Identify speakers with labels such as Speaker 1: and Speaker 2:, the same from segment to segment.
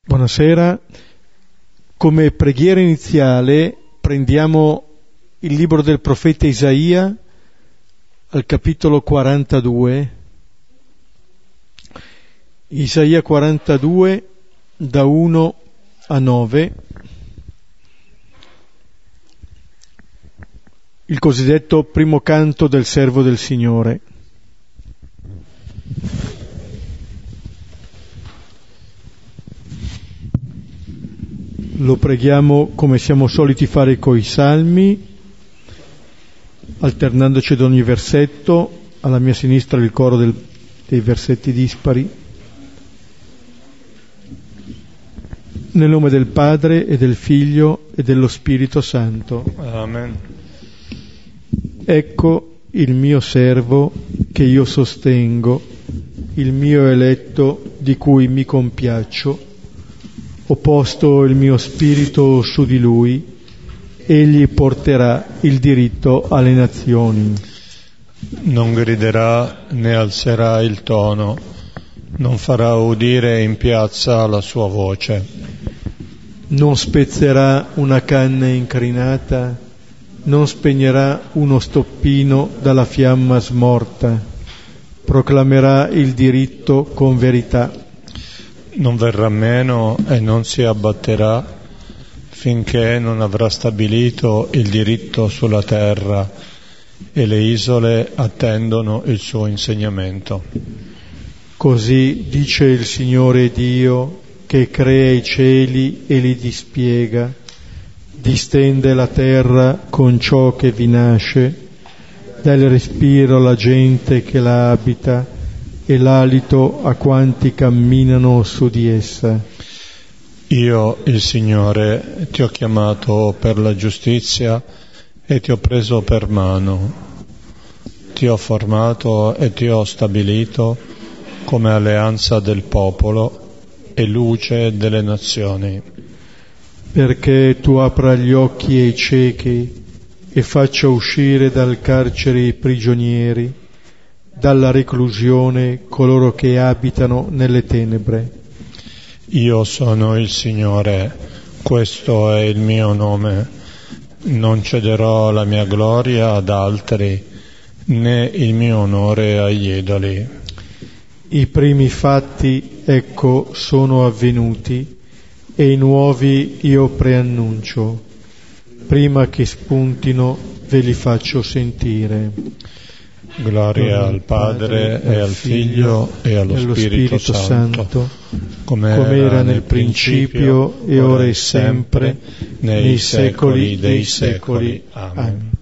Speaker 1: Buonasera. Come preghiera iniziale prendiamo il libro del profeta Isaia al capitolo 42. Isaia 42 da 1 a 9. Il cosiddetto primo canto del servo del Signore. Lo preghiamo come siamo soliti fare coi salmi, alternandoci ad ogni versetto. Alla mia sinistra il coro dei versetti dispari. Nel nome del Padre e del Figlio e dello Spirito Santo.
Speaker 2: Amen.
Speaker 1: Ecco il mio servo che io sostengo, il mio eletto di cui mi compiaccio. Ho posto il mio spirito su di lui, egli porterà il diritto alle nazioni.
Speaker 2: Non griderà né alzerà il tono, non farà udire in piazza la sua voce.
Speaker 1: Non spezzerà una canna incrinata, non spegnerà uno stoppino dalla fiamma smorta, proclamerà il diritto con verità.
Speaker 2: Non verrà meno e non si abbatterà finché non avrà stabilito il diritto sulla terra e le isole attendono il suo insegnamento.
Speaker 1: Così dice il Signore Dio che crea i cieli e li dispiega, distende la terra con ciò che vi nasce, dà il respiro alla gente che la abita e l'alito a quanti camminano su di essa.
Speaker 2: Io, il Signore, ti ho chiamato per la giustizia e ti ho preso per mano. Ti ho formato e ti ho stabilito come alleanza del popolo e luce delle nazioni.
Speaker 1: Perché tu apra gli occhi ai ciechi e faccia uscire dal carcere i prigionieri, dalla reclusione coloro che abitano nelle tenebre.
Speaker 2: Io sono il Signore, questo è il mio nome. Non cederò la mia gloria ad altri, né il mio onore agli idoli.
Speaker 1: I primi fatti, ecco, sono avvenuti, e i nuovi io preannuncio. Prima che spuntino ve li faccio sentire.
Speaker 2: Gloria al Padre e al Figlio e allo Spirito Santo, come era nel principio e ora e sempre, nei secoli dei secoli. Amen.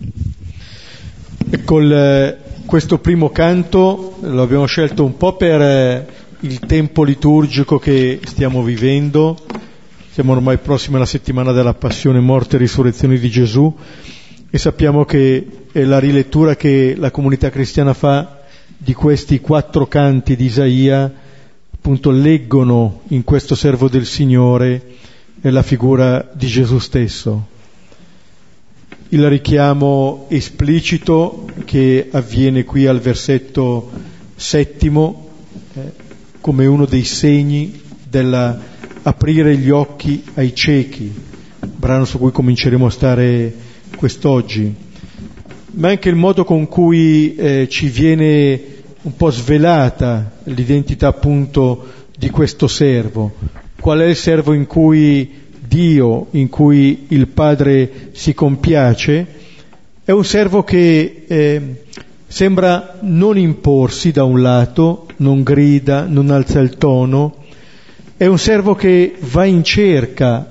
Speaker 1: Questo primo canto lo abbiamo scelto un po' per il tempo liturgico che stiamo vivendo. Siamo ormai prossimi alla settimana della Passione, Morte e Risurrezione di Gesù, e sappiamo che è la rilettura che la comunità cristiana fa di questi 4 canti di Isaia, appunto leggono in questo servo del Signore la figura di Gesù stesso. Il richiamo esplicito che avviene qui al versetto 7 come uno dei segni della aprire gli occhi ai ciechi, brano su cui cominceremo a stare quest'oggi, ma anche il modo con cui ci viene un po' svelata l'identità appunto di questo servo. Qual è il servo in cui Dio, in cui il Padre si compiace? È un servo che sembra non imporsi da un lato, non grida, non alza il tono. È un servo che va in cerca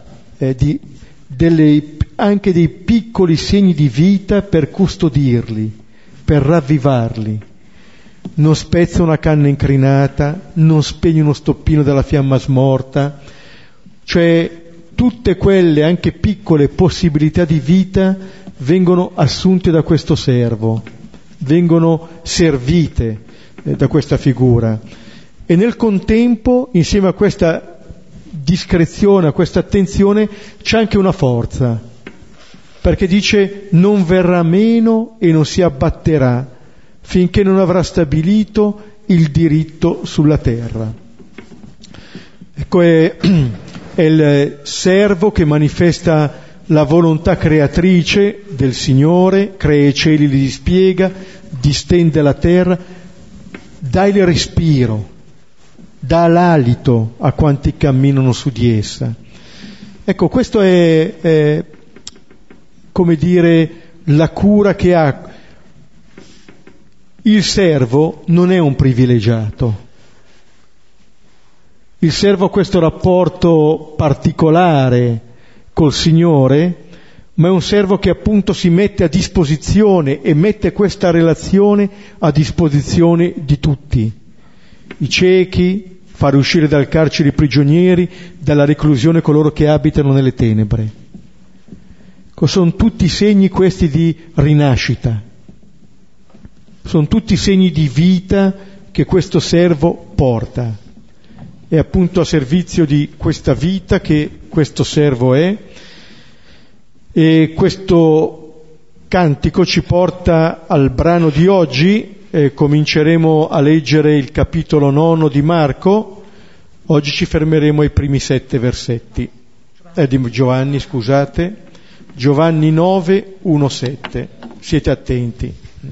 Speaker 1: anche dei piccoli segni di vita per custodirli, per ravvivarli. Non spezza una canna incrinata, non spegne uno stoppino dalla fiamma smorta, cioè tutte quelle anche piccole possibilità di vita vengono assunte da questo servo, vengono servite da questa figura. E nel contempo, insieme a questa discrezione, a questa attenzione, c'è anche una forza, perché dice non verrà meno e non si abbatterà finché non avrà stabilito il diritto sulla terra. Ecco, è il servo che manifesta la volontà creatrice del Signore, crea i cieli, li dispiega, distende la terra, dà il respiro, dà l'alito a quanti camminano su di essa. Ecco, questo è come dire, la cura che ha. Il servo non è un privilegiato. Il servo ha questo rapporto particolare col Signore, ma è un servo che appunto si mette a disposizione e mette questa relazione a disposizione di tutti. I ciechi, fare uscire dal carcere i prigionieri, dalla reclusione coloro che abitano nelle tenebre. Sono tutti segni questi di rinascita. Sono tutti segni di vita che questo servo porta. È appunto a servizio di questa vita che questo servo è, e questo cantico ci porta al brano di oggi. Cominceremo a leggere il capitolo 9 di Marco. Oggi ci fermeremo ai primi 7 versetti di Giovanni, scusate, Giovanni 9, 1, 7. Siete attenti.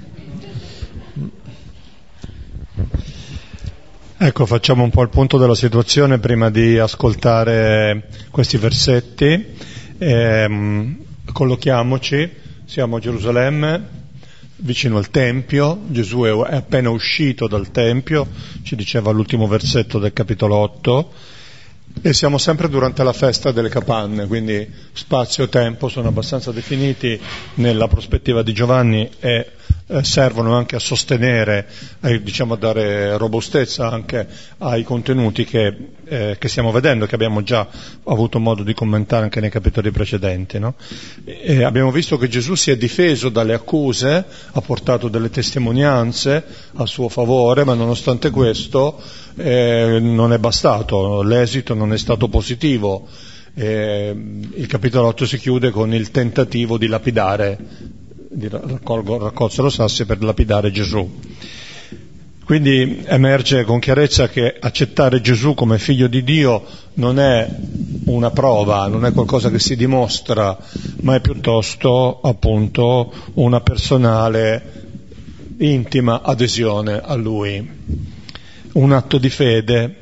Speaker 2: Ecco, facciamo un po' il punto della situazione prima di ascoltare questi versetti. Collochiamoci, siamo a Gerusalemme, vicino al Tempio. Gesù è appena uscito dal Tempio, ci diceva l'ultimo versetto del capitolo 8, e siamo sempre durante la festa delle capanne, quindi spazio e tempo sono abbastanza definiti nella prospettiva di Giovanni e servono anche a sostenere, diciamo a dare robustezza anche ai contenuti che stiamo vedendo, che abbiamo già avuto modo di commentare anche nei capitoli precedenti, no? E abbiamo visto che Gesù si è difeso dalle accuse, ha portato delle testimonianze a suo favore, ma nonostante questo non è bastato, l'esito non è stato positivo. Il capitolo 8 si chiude con il tentativo di lapidare, raccolsero sassi per lapidare Gesù. Quindi emerge con chiarezza che accettare Gesù come figlio di Dio non è una prova, non è qualcosa che si dimostra, ma è piuttosto appunto una personale, intima adesione a Lui, un atto di fede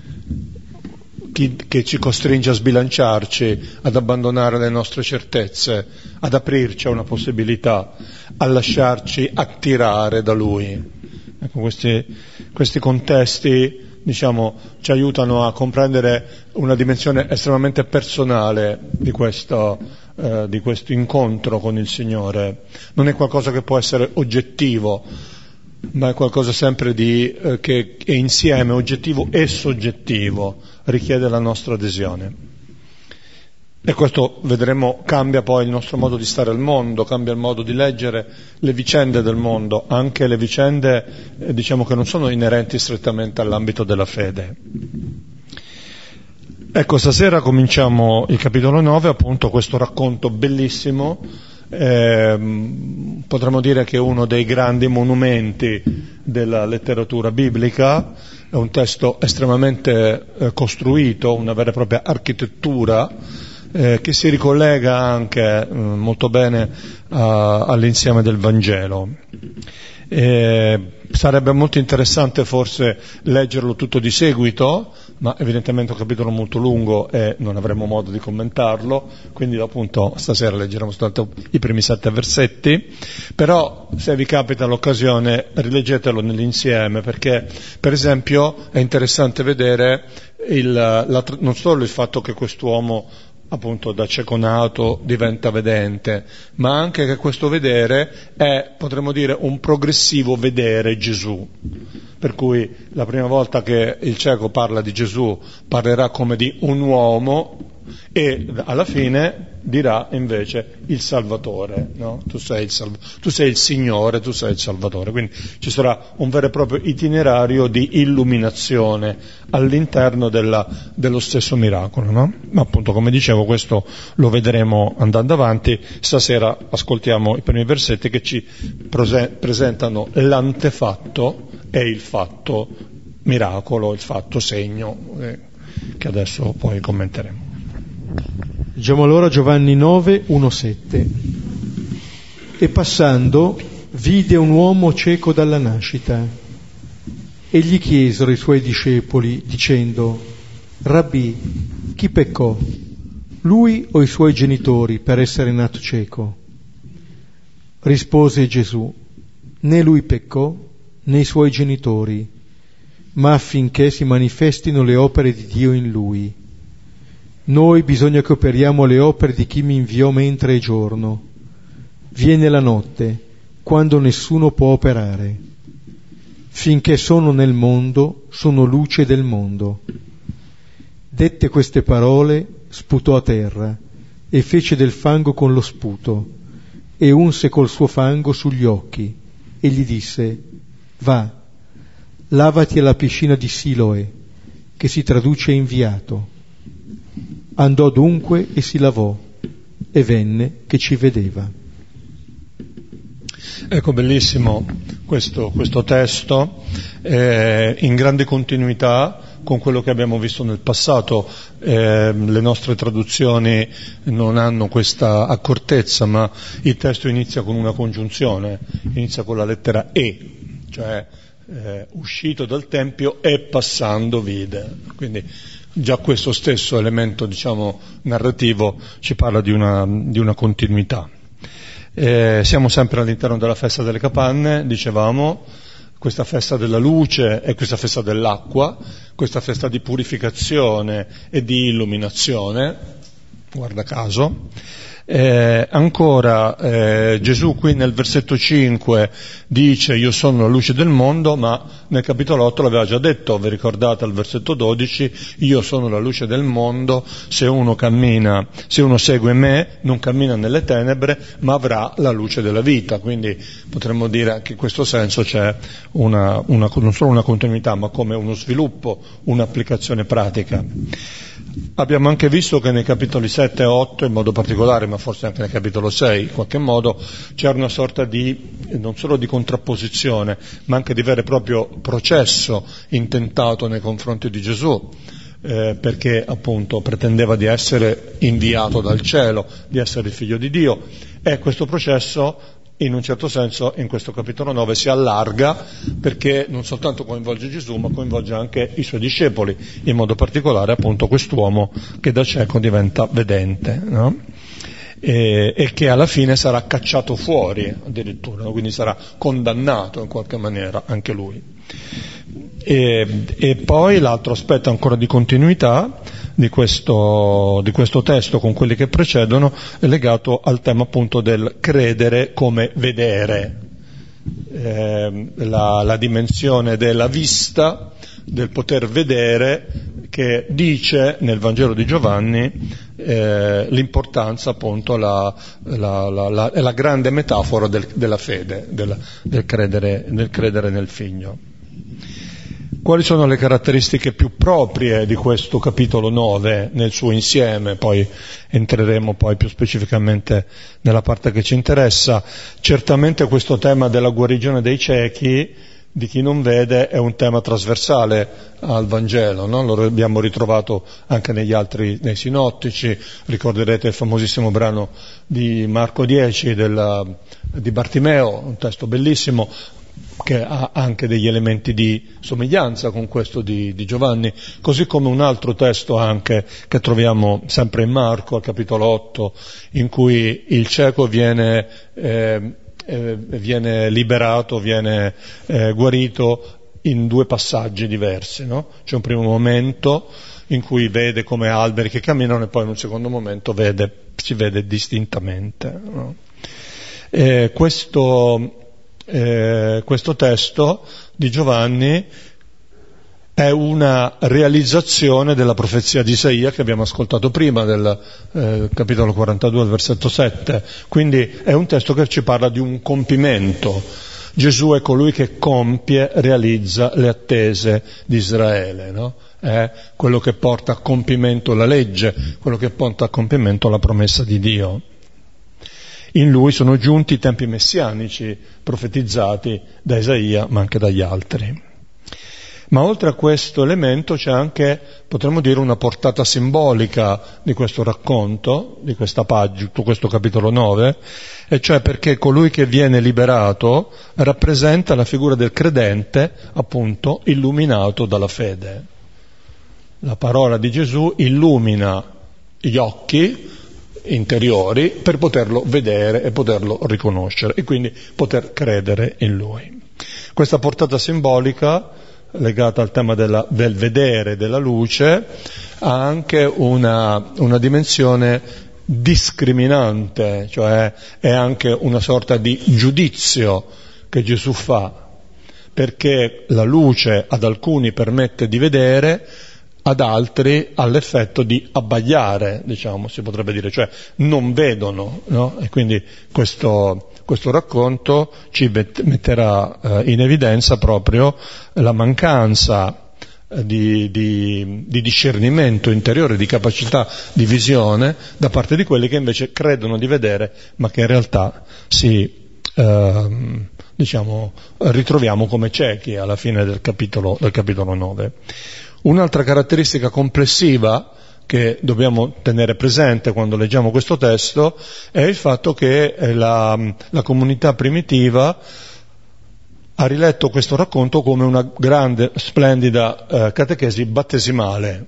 Speaker 2: che ci costringe a sbilanciarci, ad abbandonare le nostre certezze, ad aprirci a una possibilità, a lasciarci attirare da Lui. Ecco, questi contesti, diciamo, ci aiutano a comprendere una dimensione estremamente personale di questo incontro con il Signore. Non è qualcosa che può essere oggettivo, ma è qualcosa sempre che è insieme oggettivo e soggettivo, richiede la nostra adesione. E questo, vedremo, cambia poi il nostro modo di stare al mondo, cambia il modo di leggere le vicende del mondo, anche le vicende diciamo che non sono inerenti strettamente all'ambito della fede. Ecco, stasera cominciamo il capitolo 9, appunto questo racconto bellissimo, potremmo dire che è uno dei grandi monumenti della letteratura biblica, è un testo estremamente costruito, una vera e propria architettura, che si ricollega anche molto bene all'insieme del Vangelo. Sarebbe molto interessante forse leggerlo tutto di seguito, ma evidentemente è un capitolo molto lungo e non avremo modo di commentarlo, quindi appunto stasera leggeremo soltanto i primi 7 versetti, però se vi capita l'occasione rileggetelo nell'insieme, perché per esempio è interessante vedere non solo il fatto che quest'uomo appunto da cieco nato diventa vedente, ma anche che questo vedere è, potremmo dire, un progressivo vedere Gesù, per cui la prima volta che il cieco parla di Gesù parlerà come di un uomo e alla fine dirà invece il Salvatore, no? Tu sei il Signore, tu sei il Salvatore. Quindi ci sarà un vero e proprio itinerario di illuminazione all'interno dello stesso miracolo, no? Ma appunto, come dicevo, questo lo vedremo andando avanti. Stasera ascoltiamo i primi versetti che ci presentano l'antefatto e il fatto miracolo, il fatto segno, che adesso poi commenteremo.
Speaker 1: Leggiamo allora Giovanni 9, 1-7. E passando vide un uomo cieco dalla nascita, e gli chiesero i suoi discepoli dicendo: Rabbì, chi peccò, lui o i suoi genitori, per essere nato cieco? Rispose Gesù: né lui peccò né i suoi genitori, ma affinché si manifestino le opere di Dio in lui. Noi bisogna che operiamo le opere di chi mi inviò mentre è giorno. Viene la notte, quando nessuno può operare. Finché sono nel mondo, sono luce del mondo. Dette queste parole, sputò a terra e fece del fango con lo sputo e unse col suo fango sugli occhi e gli disse: va, lavati alla piscina di Siloe, che si traduce inviato. Andò dunque e si lavò e venne che ci vedeva.
Speaker 2: Ecco, bellissimo questo testo, in grande continuità con quello che abbiamo visto nel passato. Le nostre traduzioni non hanno questa accortezza, ma il testo inizia con una congiunzione, inizia con la lettera E, cioè uscito dal Tempio e passando vide. Quindi già questo stesso elemento, diciamo, narrativo ci parla di una continuità. Siamo sempre all'interno della festa delle capanne, dicevamo, questa festa della luce e questa festa dell'acqua, questa festa di purificazione e di illuminazione, guarda caso. Ancora Gesù qui nel versetto 5 dice: io sono la luce del mondo, ma nel capitolo 8 l'aveva già detto, vi ricordate al versetto 12: io sono la luce del mondo, se uno segue me non cammina nelle tenebre ma avrà la luce della vita. Quindi potremmo dire che in questo senso c'è non solo una continuità, ma come uno sviluppo, un'applicazione pratica. Abbiamo anche visto che nei capitoli 7 e 8 in modo particolare, ma forse anche nel capitolo 6 in qualche modo, c'era una sorta di, non solo di contrapposizione, ma anche di vero e proprio processo intentato nei confronti di Gesù, perché appunto pretendeva di essere inviato dal cielo, di essere il figlio di Dio, e questo processo in un certo senso in questo capitolo 9 si allarga, perché non soltanto coinvolge Gesù ma coinvolge anche i suoi discepoli, in modo particolare appunto quest'uomo che da cieco diventa vedente, no? E che alla fine sarà cacciato fuori addirittura, no? Quindi sarà condannato in qualche maniera anche lui. E poi l'altro aspetto ancora di continuità di questo testo con quelli che precedono è legato al tema appunto del credere come vedere, la dimensione della vista, del poter vedere, che dice nel Vangelo di Giovanni l'importanza appunto, è la grande metafora della fede, del credere nel Figlio. Quali sono le caratteristiche più proprie di questo capitolo 9 nel suo insieme? Poi entreremo poi più specificamente nella parte che ci interessa. Certamente questo tema della guarigione dei ciechi, di chi non vede, è un tema trasversale al Vangelo, no? Lo abbiamo ritrovato anche nei sinottici. Ricorderete il famosissimo brano di Marco 10 di Bartimeo, un testo bellissimo, che ha anche degli elementi di somiglianza con questo di Giovanni, così come un altro testo anche che troviamo sempre in Marco, al capitolo 8, in cui il cieco viene liberato, viene guarito in due passaggi diversi, no? C'è un primo momento in cui vede come alberi che camminano e poi in un secondo momento si vede distintamente, no? Questo testo di Giovanni è una realizzazione della profezia di Isaia che abbiamo ascoltato prima, del capitolo 42, versetto 7. Quindi è un testo che ci parla di un compimento. Gesù è colui che compie, realizza le attese di Israele, no? È quello che porta a compimento la legge, quello che porta a compimento la promessa di Dio. In lui sono giunti i tempi messianici profetizzati da Isaia ma anche dagli altri. Ma oltre a questo elemento c'è anche, potremmo dire, una portata simbolica di questo racconto, di questa pagina, tutto questo capitolo 9, e cioè perché colui che viene liberato rappresenta la figura del credente, appunto, illuminato dalla fede. La parola di Gesù illumina gli occhi interiori per poterlo vedere e poterlo riconoscere e quindi poter credere in Lui. Questa portata simbolica, legata al tema del vedere, della luce, ha anche una dimensione discriminante, cioè è anche una sorta di giudizio che Gesù fa, perché la luce ad alcuni permette di vedere, ad altri ha l'effetto di abbagliare, diciamo, si potrebbe dire, cioè non vedono, no? E quindi questo racconto ci metterà in evidenza proprio la mancanza di discernimento interiore, di capacità di visione da parte di quelli che invece credono di vedere, ma che in realtà ritroviamo come ciechi alla fine del capitolo 9. Un'altra caratteristica complessiva che dobbiamo tenere presente quando leggiamo questo testo è il fatto che la comunità primitiva ha riletto questo racconto come una grande, splendida catechesi battesimale.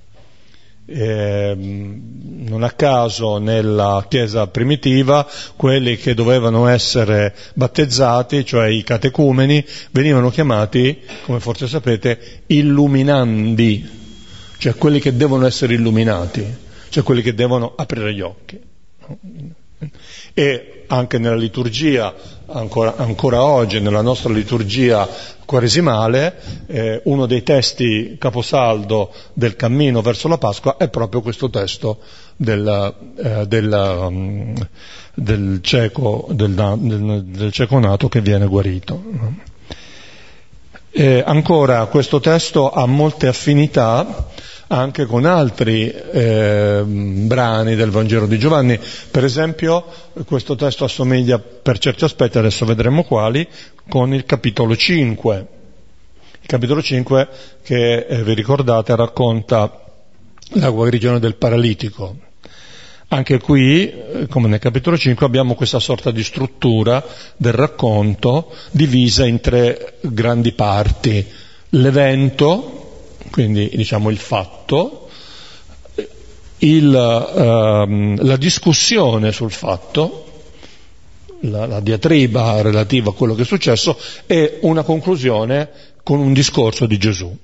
Speaker 2: Non a caso nella Chiesa primitiva quelli che dovevano essere battezzati, cioè i catecumeni, venivano chiamati, come forse sapete, illuminandi, cioè quelli che devono essere illuminati, cioè quelli che devono aprire gli occhi. E anche nella liturgia, ancora oggi, nella nostra liturgia quaresimale, uno dei testi caposaldo del cammino verso la Pasqua è proprio questo testo del cieco nato che viene guarito. Ancora, questo testo ha molte affinità anche con altri brani del Vangelo di Giovanni. Per esempio, questo testo assomiglia per certi aspetti, adesso vedremo quali, con il capitolo 5. Il capitolo 5 che, vi ricordate, racconta la guarigione del paralitico. Anche qui, come nel capitolo 5, abbiamo questa sorta di struttura del racconto divisa in 3 grandi parti. L'evento, quindi diciamo il fatto, la discussione sul fatto, la diatriba relativa a quello che è successo, e una conclusione con un discorso di Gesù.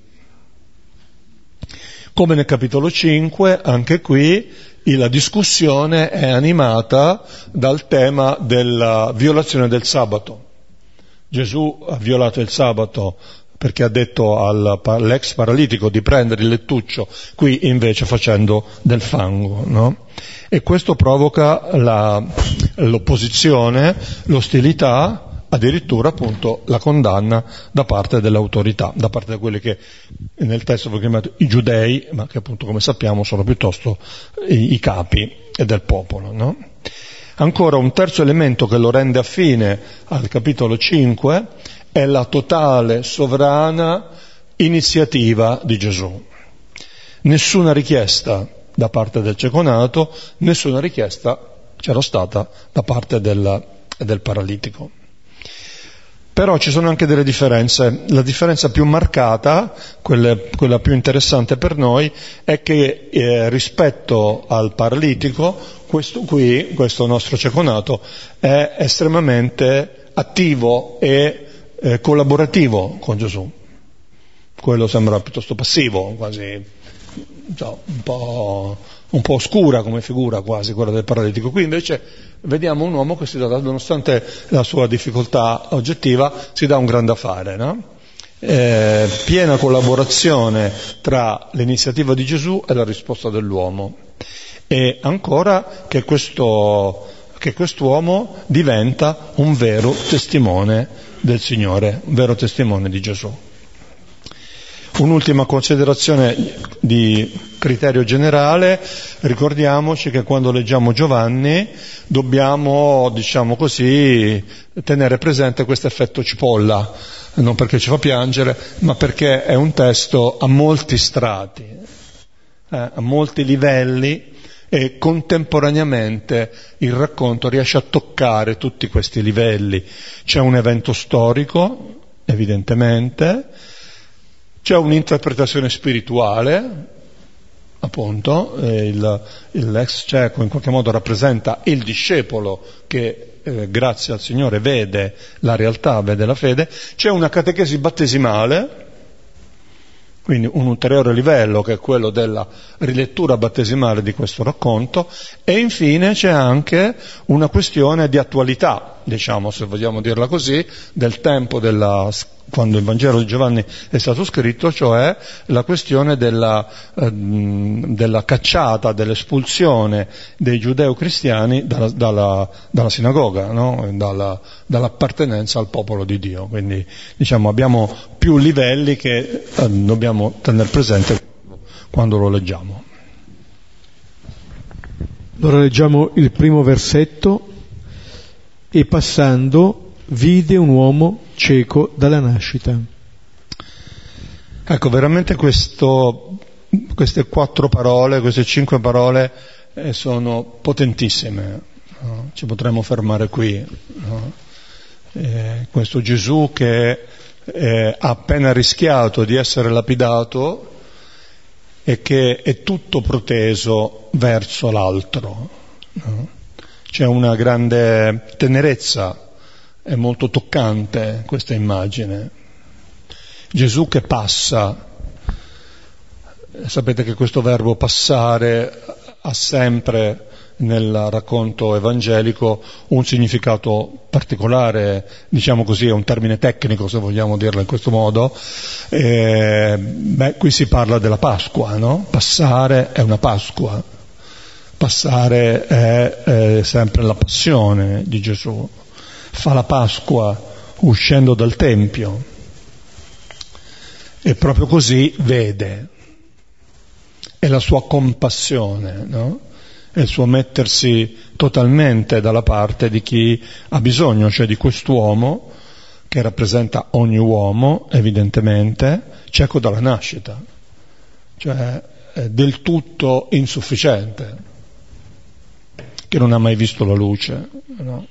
Speaker 2: Come nel capitolo 5, anche qui la discussione è animata dal tema della violazione del sabato. Gesù ha violato il sabato perché ha detto all'ex paralitico di prendere il lettuccio, qui invece facendo del fango, no? E questo provoca l'opposizione, l'ostilità, addirittura appunto la condanna da parte dell'autorità, da parte di quelli che nel testo vengono chiamati i giudei, ma che appunto, come sappiamo, sono piuttosto i capi del popolo, no? Ancora un terzo elemento che lo rende affine al capitolo 5 è la totale, sovrana iniziativa di Gesù. Nessuna richiesta da parte del cieco nato, nessuna richiesta c'era stata da parte del paralitico. Però ci sono anche delle differenze. La differenza più marcata, quella più interessante per noi, è che rispetto al paralitico, questo nostro cieco nato è estremamente attivo e collaborativo con Gesù. Quello sembra piuttosto passivo, quasi un po' oscura come figura, quasi quella del paralitico. Qui invece vediamo un uomo che nonostante la sua difficoltà oggettiva, si dà un gran da fare, no? Piena collaborazione tra l'iniziativa di Gesù e la risposta dell'uomo. E ancora che quest'uomo diventa un vero testimone del Signore, un vero testimone di Gesù. un'ultima considerazione di criterio generale: ricordiamoci che quando leggiamo Giovanni dobbiamo, diciamo così, tenere presente questo effetto cipolla, non perché ci fa piangere, ma perché è un testo a molti strati, a molti livelli, e contemporaneamente il racconto riesce a toccare tutti questi livelli. C'è un evento storico, evidentemente, c'è un'interpretazione spirituale, appunto, l'ex cieco in qualche modo rappresenta il discepolo che grazie al Signore vede la realtà, vede la fede. C'è una catechesi battesimale, quindi un ulteriore livello, che è quello della rilettura battesimale di questo racconto, e infine c'è anche una questione di attualità, diciamo, se vogliamo dirla così, del tempo quando il Vangelo di Giovanni è stato scritto, cioè la questione della cacciata, dell'espulsione dei giudeo-cristiani dalla sinagoga, no? dall'appartenenza al popolo di Dio. Quindi, diciamo, abbiamo più livelli che dobbiamo tenere presente quando lo leggiamo.
Speaker 1: Allora leggiamo il primo versetto: e passando vide un uomo cieco dalla nascita.
Speaker 2: Ecco, veramente queste 4 parole, queste 5 parole sono potentissime, no? Ci potremmo fermare qui, no? Questo Gesù che ha appena rischiato di essere lapidato e che è tutto proteso verso l'altro, no? C'è una grande tenerezza, è molto toccante questa immagine. Gesù che passa. Sapete che questo verbo passare ha sempre nel racconto evangelico un significato particolare, diciamo così, è un termine tecnico se vogliamo dirlo in questo modo. Qui si parla della Pasqua, no? Passare è una Pasqua, passare è sempre la passione di Gesù. Fa la Pasqua uscendo dal Tempio e proprio così vede. È la sua compassione, no? È il suo mettersi totalmente dalla parte di chi ha bisogno, cioè di quest'uomo che rappresenta ogni uomo, evidentemente, cieco dalla nascita, cioè è del tutto insufficiente, che non ha mai visto la luce, no?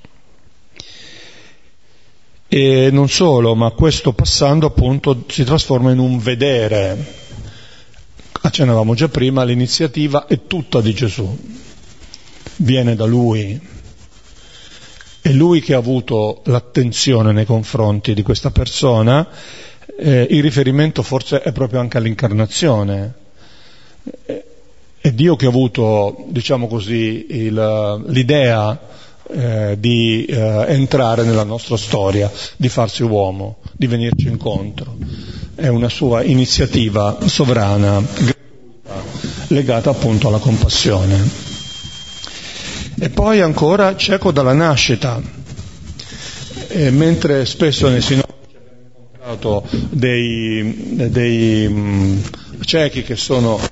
Speaker 2: E non solo, ma questo passando appunto si trasforma in un vedere. Accennavamo già prima, l'iniziativa è tutta di Gesù, viene da Lui. È Lui che ha avuto l'attenzione nei confronti di questa persona. Il riferimento forse è proprio anche all'incarnazione. È Dio che ha avuto, diciamo così, l'idea di entrare nella nostra storia, di farsi uomo, di venirci incontro. È una sua iniziativa sovrana, legata appunto alla compassione. E poi ancora cieco dalla nascita, mentre spesso nei sinodi abbiamo incontrato dei ciechi che sono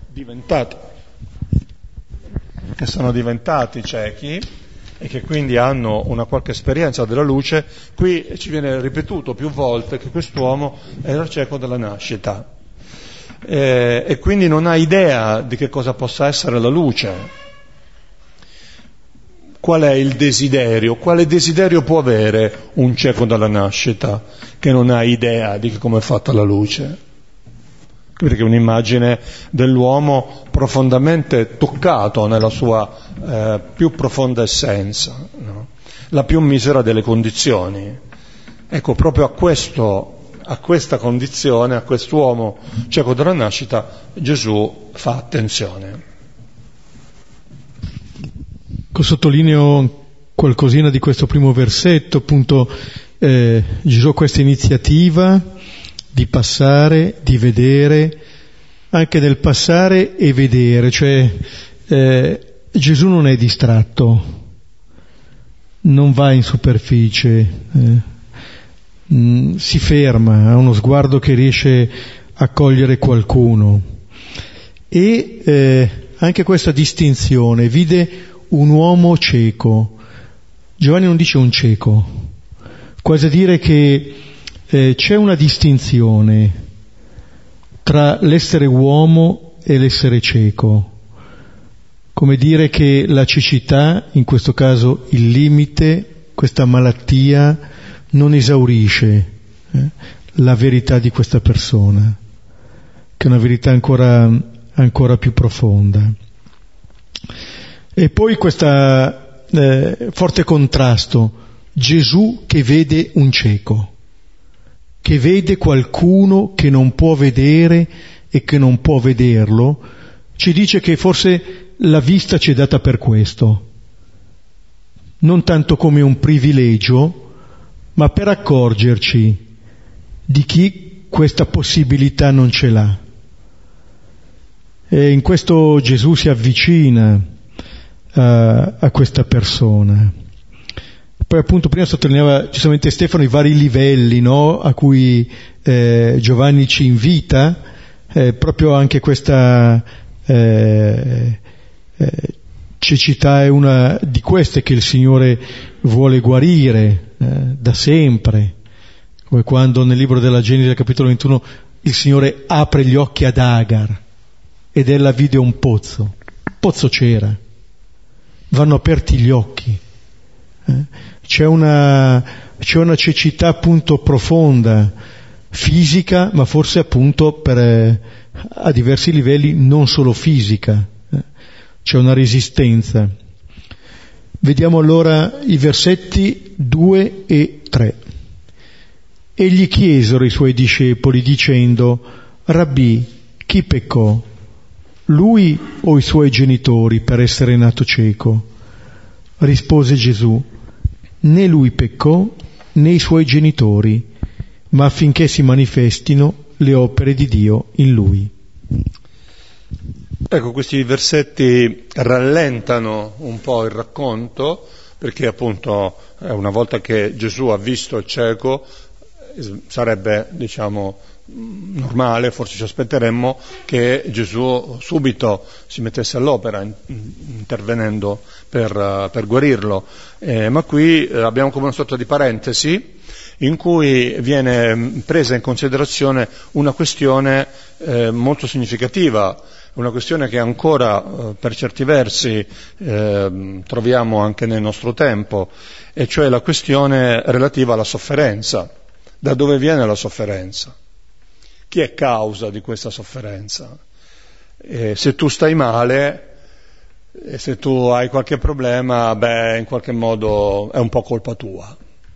Speaker 2: diventati ciechi e che quindi hanno una qualche esperienza della luce, qui ci viene ripetuto più volte che quest'uomo era cieco dalla nascita e quindi non ha idea di che cosa possa essere la luce. Qual è il desiderio? Quale desiderio può avere un cieco dalla nascita che non ha idea di come è fatta la luce? Perché è un'immagine dell'uomo profondamente toccato nella sua più profonda essenza, no? La più misera delle condizioni. Ecco, proprio a questa condizione, a quest'uomo cieco dalla nascita, Gesù fa attenzione.
Speaker 1: Sottolineo qualcosina di questo primo versetto, appunto Gesù ha questa iniziativa di passare, di vedere, anche nel passare e vedere, cioè Gesù non è distratto, non va in superficie, si ferma, ha uno sguardo che riesce accogliere qualcuno. E anche questa distinzione, vide un uomo cieco. Giovanni non dice un cieco, quasi a dire che c'è una distinzione tra l'essere uomo e l'essere cieco. Come dire che la cecità, in questo caso il limite, questa malattia, non esaurisce la verità di questa persona, che è una verità ancora più profonda. E poi questo forte contrasto, Gesù che vede un cieco, che vede qualcuno che non può vedere e che non può vederlo, ci dice che forse la vista ci è data per questo, non tanto come un privilegio, ma per accorgerci di chi questa possibilità non ce l'ha. E in questo Gesù si avvicina a questa persona. Poi appunto prima sottolineava giustamente Stefano i vari livelli, no, a cui Giovanni ci invita, proprio anche questa cecità è una di queste che il Signore vuole guarire da sempre, come quando nel libro della Genesi, capitolo 21, il Signore apre gli occhi ad Agar ed ella vide un pozzo c'era, vanno aperti gli occhi, c'è una cecità appunto profonda, fisica, ma forse appunto a diversi livelli non solo fisica, c'è una resistenza. Vediamo allora i versetti 2 e 3. E gli chiesero i suoi discepoli dicendo: Rabbì, chi peccò, lui o i suoi genitori, per essere nato cieco? Rispose Gesù: né lui peccò né i suoi genitori, ma affinché si manifestino le opere di Dio in lui.
Speaker 2: Ecco, questi versetti rallentano un po' il racconto, perché appunto una volta che Gesù ha visto il cieco sarebbe, diciamo, normale, forse ci aspetteremmo che Gesù subito si mettesse all'opera intervenendo per guarirlo, ma qui abbiamo come una sorta di parentesi in cui viene presa in considerazione una questione molto significativa, una questione che ancora per certi versi troviamo anche nel nostro tempo, e cioè la questione relativa alla sofferenza. Da dove viene la sofferenza? Chi è causa di questa sofferenza? Se tu stai male, se tu hai qualche problema, in qualche modo è un po' colpa tua.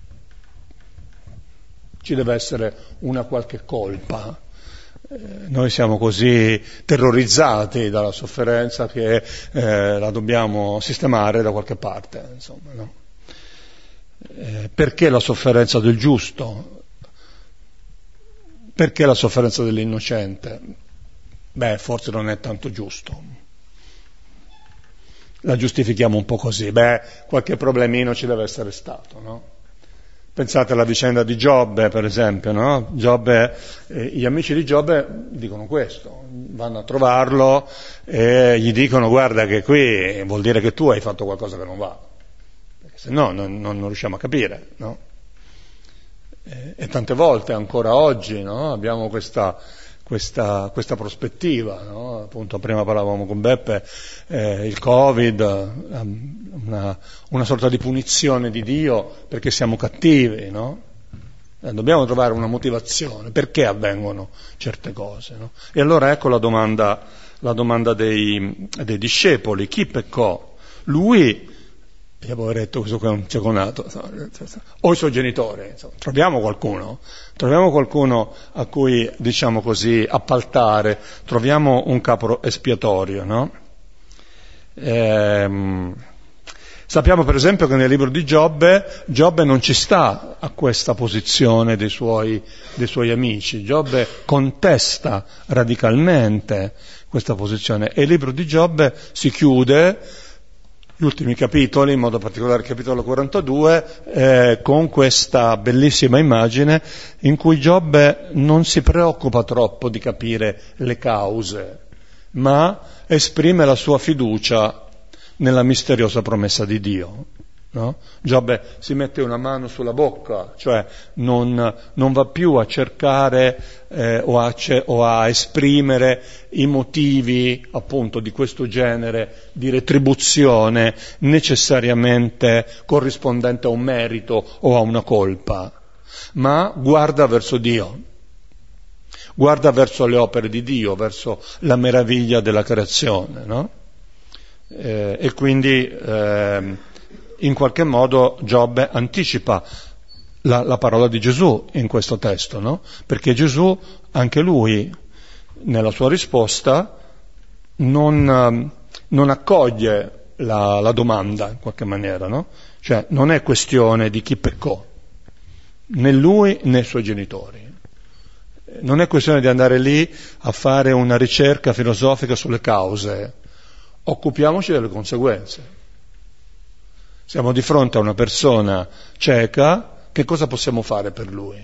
Speaker 2: Ci deve essere una qualche colpa. Noi siamo così terrorizzati dalla sofferenza che la dobbiamo sistemare da qualche parte, insomma, no? Perché la sofferenza del giusto? Perché la sofferenza dell'innocente? Forse non è tanto giusto. La giustifichiamo un po' così. Qualche problemino ci deve essere stato, no? Pensate alla vicenda di Giobbe, per esempio, no? Giobbe, gli amici di Giobbe dicono questo, vanno a trovarlo e gli dicono: guarda che qui vuol dire che tu hai fatto qualcosa che non va, perché se no non riusciamo a capire, no? E tante volte ancora oggi, no? Abbiamo questa prospettiva, no? Appunto prima parlavamo con Beppe, il Covid, una sorta di punizione di Dio perché siamo cattivi, no? Dobbiamo trovare una motivazione, perché avvengono certe cose, no? E allora ecco la domanda dei discepoli: chi peccò? Lui, abbiamo detto, questo qui è un cieconato, o i suoi genitori, insomma. Troviamo qualcuno a cui, diciamo così, appaltare, troviamo un capo espiatorio, no? Sappiamo per esempio che nel libro di Giobbe non ci sta a questa posizione dei suoi amici. Giobbe contesta radicalmente questa posizione e il libro di Giobbe si chiude gli ultimi capitoli, in modo particolare il capitolo 42, con questa bellissima immagine in cui Giobbe non si preoccupa troppo di capire le cause, ma esprime la sua fiducia nella misteriosa promessa di Dio. No? Giobbe si mette una mano sulla bocca, cioè non va più a cercare o a esprimere i motivi appunto di questo genere di retribuzione necessariamente corrispondente a un merito o a una colpa, ma guarda verso Dio, guarda verso le opere di Dio, verso la meraviglia della creazione, no? E quindi in qualche modo Giobbe anticipa la parola di Gesù in questo testo, no? Perché Gesù, anche lui, nella sua risposta, non accoglie la domanda, in qualche maniera, no? Cioè, non è questione di chi peccò, né lui né i suoi genitori. Non è questione di andare lì a fare una ricerca filosofica sulle cause. Occupiamoci delle conseguenze. Siamo di fronte a una persona cieca, che cosa possiamo fare per lui?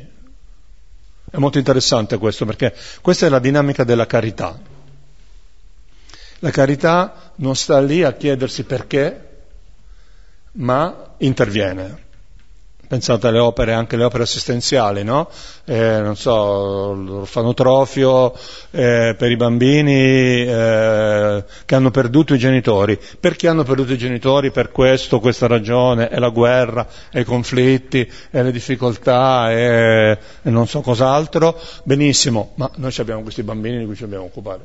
Speaker 2: È molto interessante questo, perché questa è la dinamica della carità. La carità non sta lì a chiedersi perché, ma interviene. Pensate alle opere, anche le opere assistenziali, no? Non so, l'orfanotrofio per i bambini che hanno perduto i genitori. Perché hanno perduto i genitori? Per questa ragione, è la guerra, è i conflitti, è le difficoltà, è non so cos'altro. Benissimo, ma noi abbiamo questi bambini di cui ci dobbiamo occupare.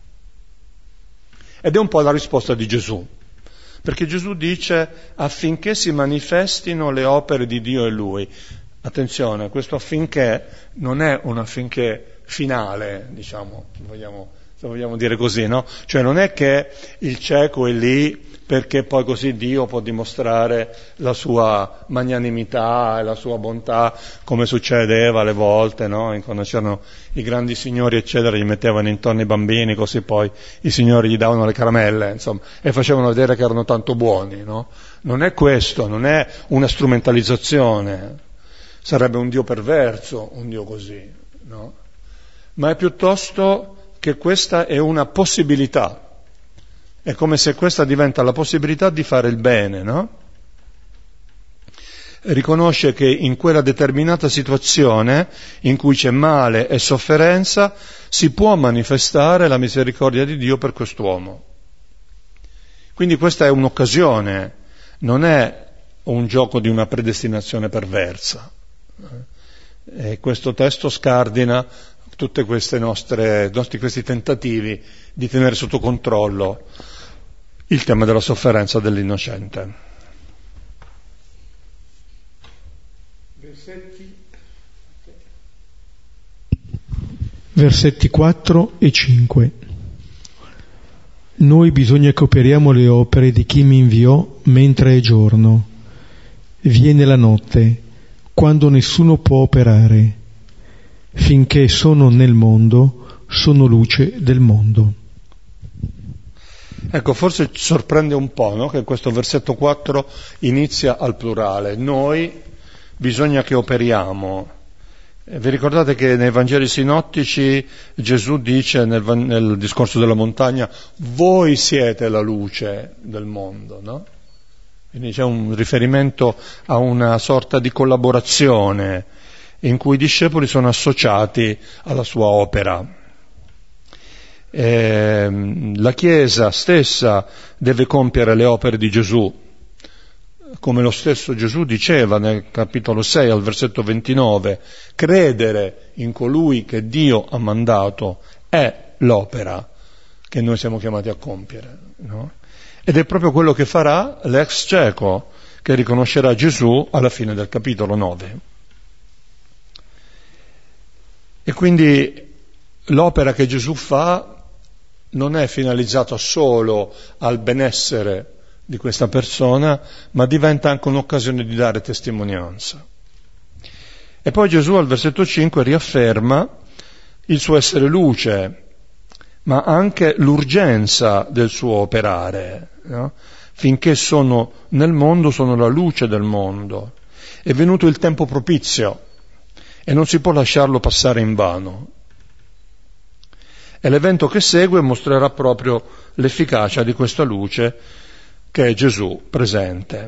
Speaker 2: Ed è un po' la risposta di Gesù. Perché Gesù dice affinché si manifestino le opere di Dio e Lui. Attenzione, questo affinché non è un affinché finale, diciamo, se vogliamo dire così, no? Cioè non è che il cieco è lì perché poi così Dio può dimostrare la sua magnanimità e la sua bontà, come succedeva alle volte, no? Quando c'erano i grandi signori eccetera, gli mettevano intorno i bambini, così poi i signori gli davano le caramelle, insomma, e facevano vedere che erano tanto buoni, no? Non è questo, non è una strumentalizzazione, sarebbe un Dio perverso, un Dio così, no? Ma è piuttosto che questa è una possibilità. È come se questa diventa la possibilità di fare il bene, no? Riconosce che in quella determinata situazione in cui c'è male e sofferenza si può manifestare la misericordia di Dio per quest'uomo. Quindi questa è un'occasione, non è un gioco di una predestinazione perversa. E questo testo scardina tutti questi tentativi di tenere sotto controllo il tema della sofferenza dell'innocente.
Speaker 1: Versetti 4 e 5. Noi bisogna che operiamo le opere di chi mi inviò mentre è giorno. Viene la notte, quando nessuno può operare. Finché sono nel mondo, sono luce del mondo.
Speaker 2: Ecco, forse ci sorprende un po', no? Che questo versetto 4 inizia al plurale. Noi bisogna che operiamo. Vi ricordate che nei Vangeli sinottici Gesù dice nel discorso della montagna: voi siete la luce del mondo, no? Quindi c'è un riferimento a una sorta di collaborazione in cui i discepoli sono associati alla sua opera. La Chiesa stessa deve compiere le opere di Gesù, come lo stesso Gesù diceva nel capitolo 6 al versetto 29, credere in colui che Dio ha mandato è l'opera che noi siamo chiamati a compiere, no? Ed è proprio quello che farà l'ex cieco, che riconoscerà Gesù alla fine del capitolo 9. E quindi l'opera che Gesù fa non è finalizzata solo al benessere di questa persona, ma diventa anche un'occasione di dare testimonianza. E poi Gesù al versetto 5 riafferma il suo essere luce, ma anche l'urgenza del suo operare, no? Finché sono nel mondo, sono la luce del mondo. È venuto il tempo propizio e non si può lasciarlo passare in vano. E l'evento che segue mostrerà proprio l'efficacia di questa luce che è Gesù presente.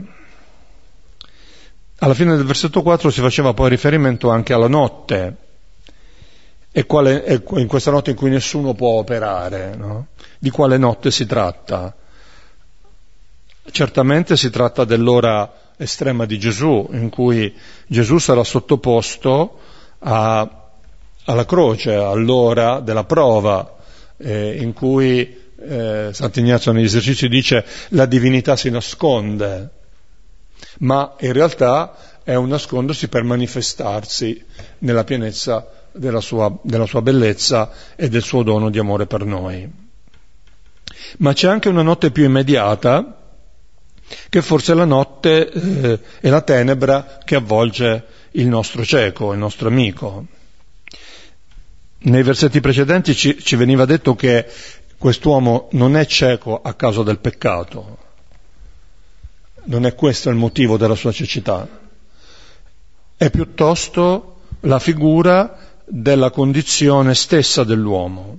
Speaker 2: Alla fine del versetto 4 si faceva poi riferimento anche alla notte, e in questa notte in cui nessuno può operare, no? Di quale notte si tratta? Certamente si tratta dell'ora estrema di Gesù, in cui Gesù sarà sottoposto alla croce, all'ora della prova, in cui Sant'Ignazio negli esercizi dice la divinità si nasconde, ma in realtà è un nascondersi per manifestarsi nella pienezza della sua bellezza e del suo dono di amore per noi. Ma c'è anche una notte più immediata, che forse è la notte e la tenebra che avvolge il nostro cieco, il nostro amico. Nei versetti precedenti ci veniva detto che quest'uomo non è cieco a causa del peccato, non è questo il motivo della sua cecità, è piuttosto la figura della condizione stessa dell'uomo.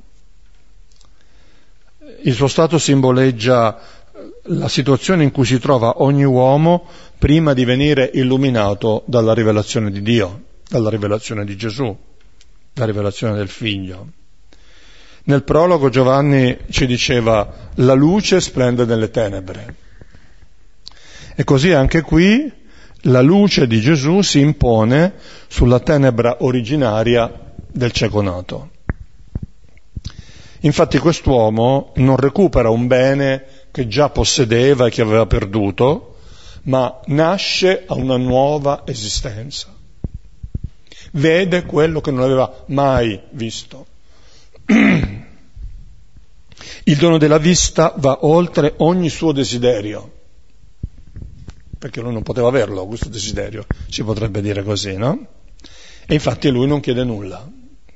Speaker 2: Il suo stato simboleggia la situazione in cui si trova ogni uomo prima di venire illuminato dalla rivelazione di Dio, dalla rivelazione di Gesù, la rivelazione del Figlio. Nel prologo Giovanni ci diceva la luce splende nelle tenebre. E così anche qui la luce di Gesù si impone sulla tenebra originaria del cieco nato. Infatti quest'uomo non recupera un bene che già possedeva e che aveva perduto, ma nasce a una nuova esistenza. Vede quello che non aveva mai visto. Il dono della vista va oltre ogni suo desiderio, perché lui non poteva averlo, questo desiderio, si potrebbe dire così, no? E infatti lui non chiede nulla.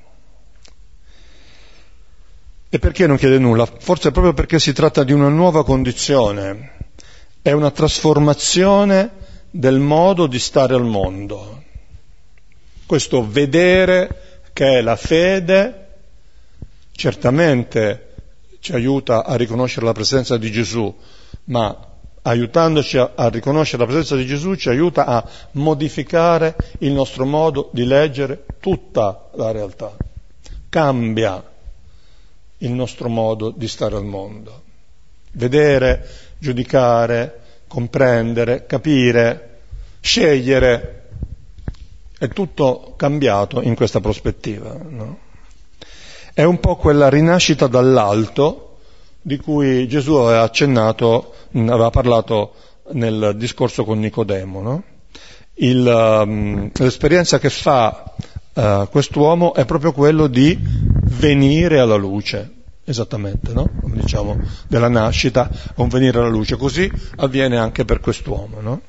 Speaker 2: E perché non chiede nulla? Forse proprio perché si tratta di una nuova condizione, è una trasformazione del modo di stare al mondo. Questo vedere che è la fede, certamente ci aiuta a riconoscere la presenza di Gesù, ma aiutandoci a riconoscere la presenza di Gesù ci aiuta a modificare il nostro modo di leggere tutta la realtà. Cambia il nostro modo di stare al mondo. Vedere, giudicare, comprendere, capire, scegliere, è tutto cambiato in questa prospettiva, no? È un po' quella rinascita dall'alto di cui Gesù aveva accennato, aveva parlato nel discorso con Nicodemo, no? L'esperienza che fa quest'uomo è proprio quello di venire alla luce, esattamente, no? Come diciamo, della nascita a un venire alla luce. Così avviene anche per quest'uomo, no?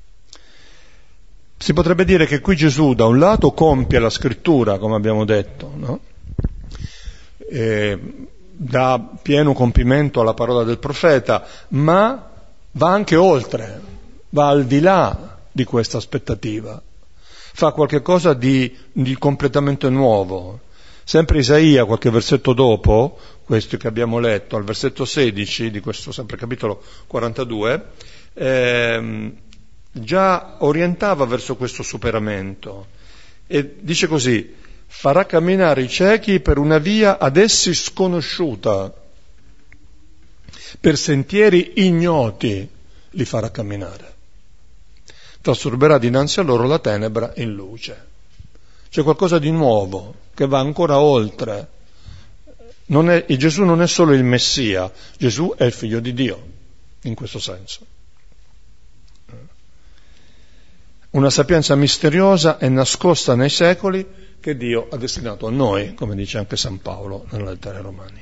Speaker 2: Si potrebbe dire che qui Gesù da un lato compie la scrittura, come abbiamo detto, no? Dà pieno compimento alla parola del profeta, ma va anche oltre, va al di là di questa aspettativa, fa qualche cosa di completamente nuovo. Sempre Isaia, qualche versetto dopo, questo che abbiamo letto, al versetto 16 di questo sempre capitolo 42, già orientava verso questo superamento e dice così: farà camminare i ciechi per una via ad essi sconosciuta, per sentieri ignoti li farà camminare, trasformerà dinanzi a loro la tenebra in luce. C'è qualcosa di nuovo che va ancora oltre. Gesù non è solo il Messia, Gesù è il Figlio di Dio, in questo senso. Una sapienza misteriosa e nascosta nei secoli che Dio ha destinato a noi, come dice anche San Paolo nella lettera ai Romani.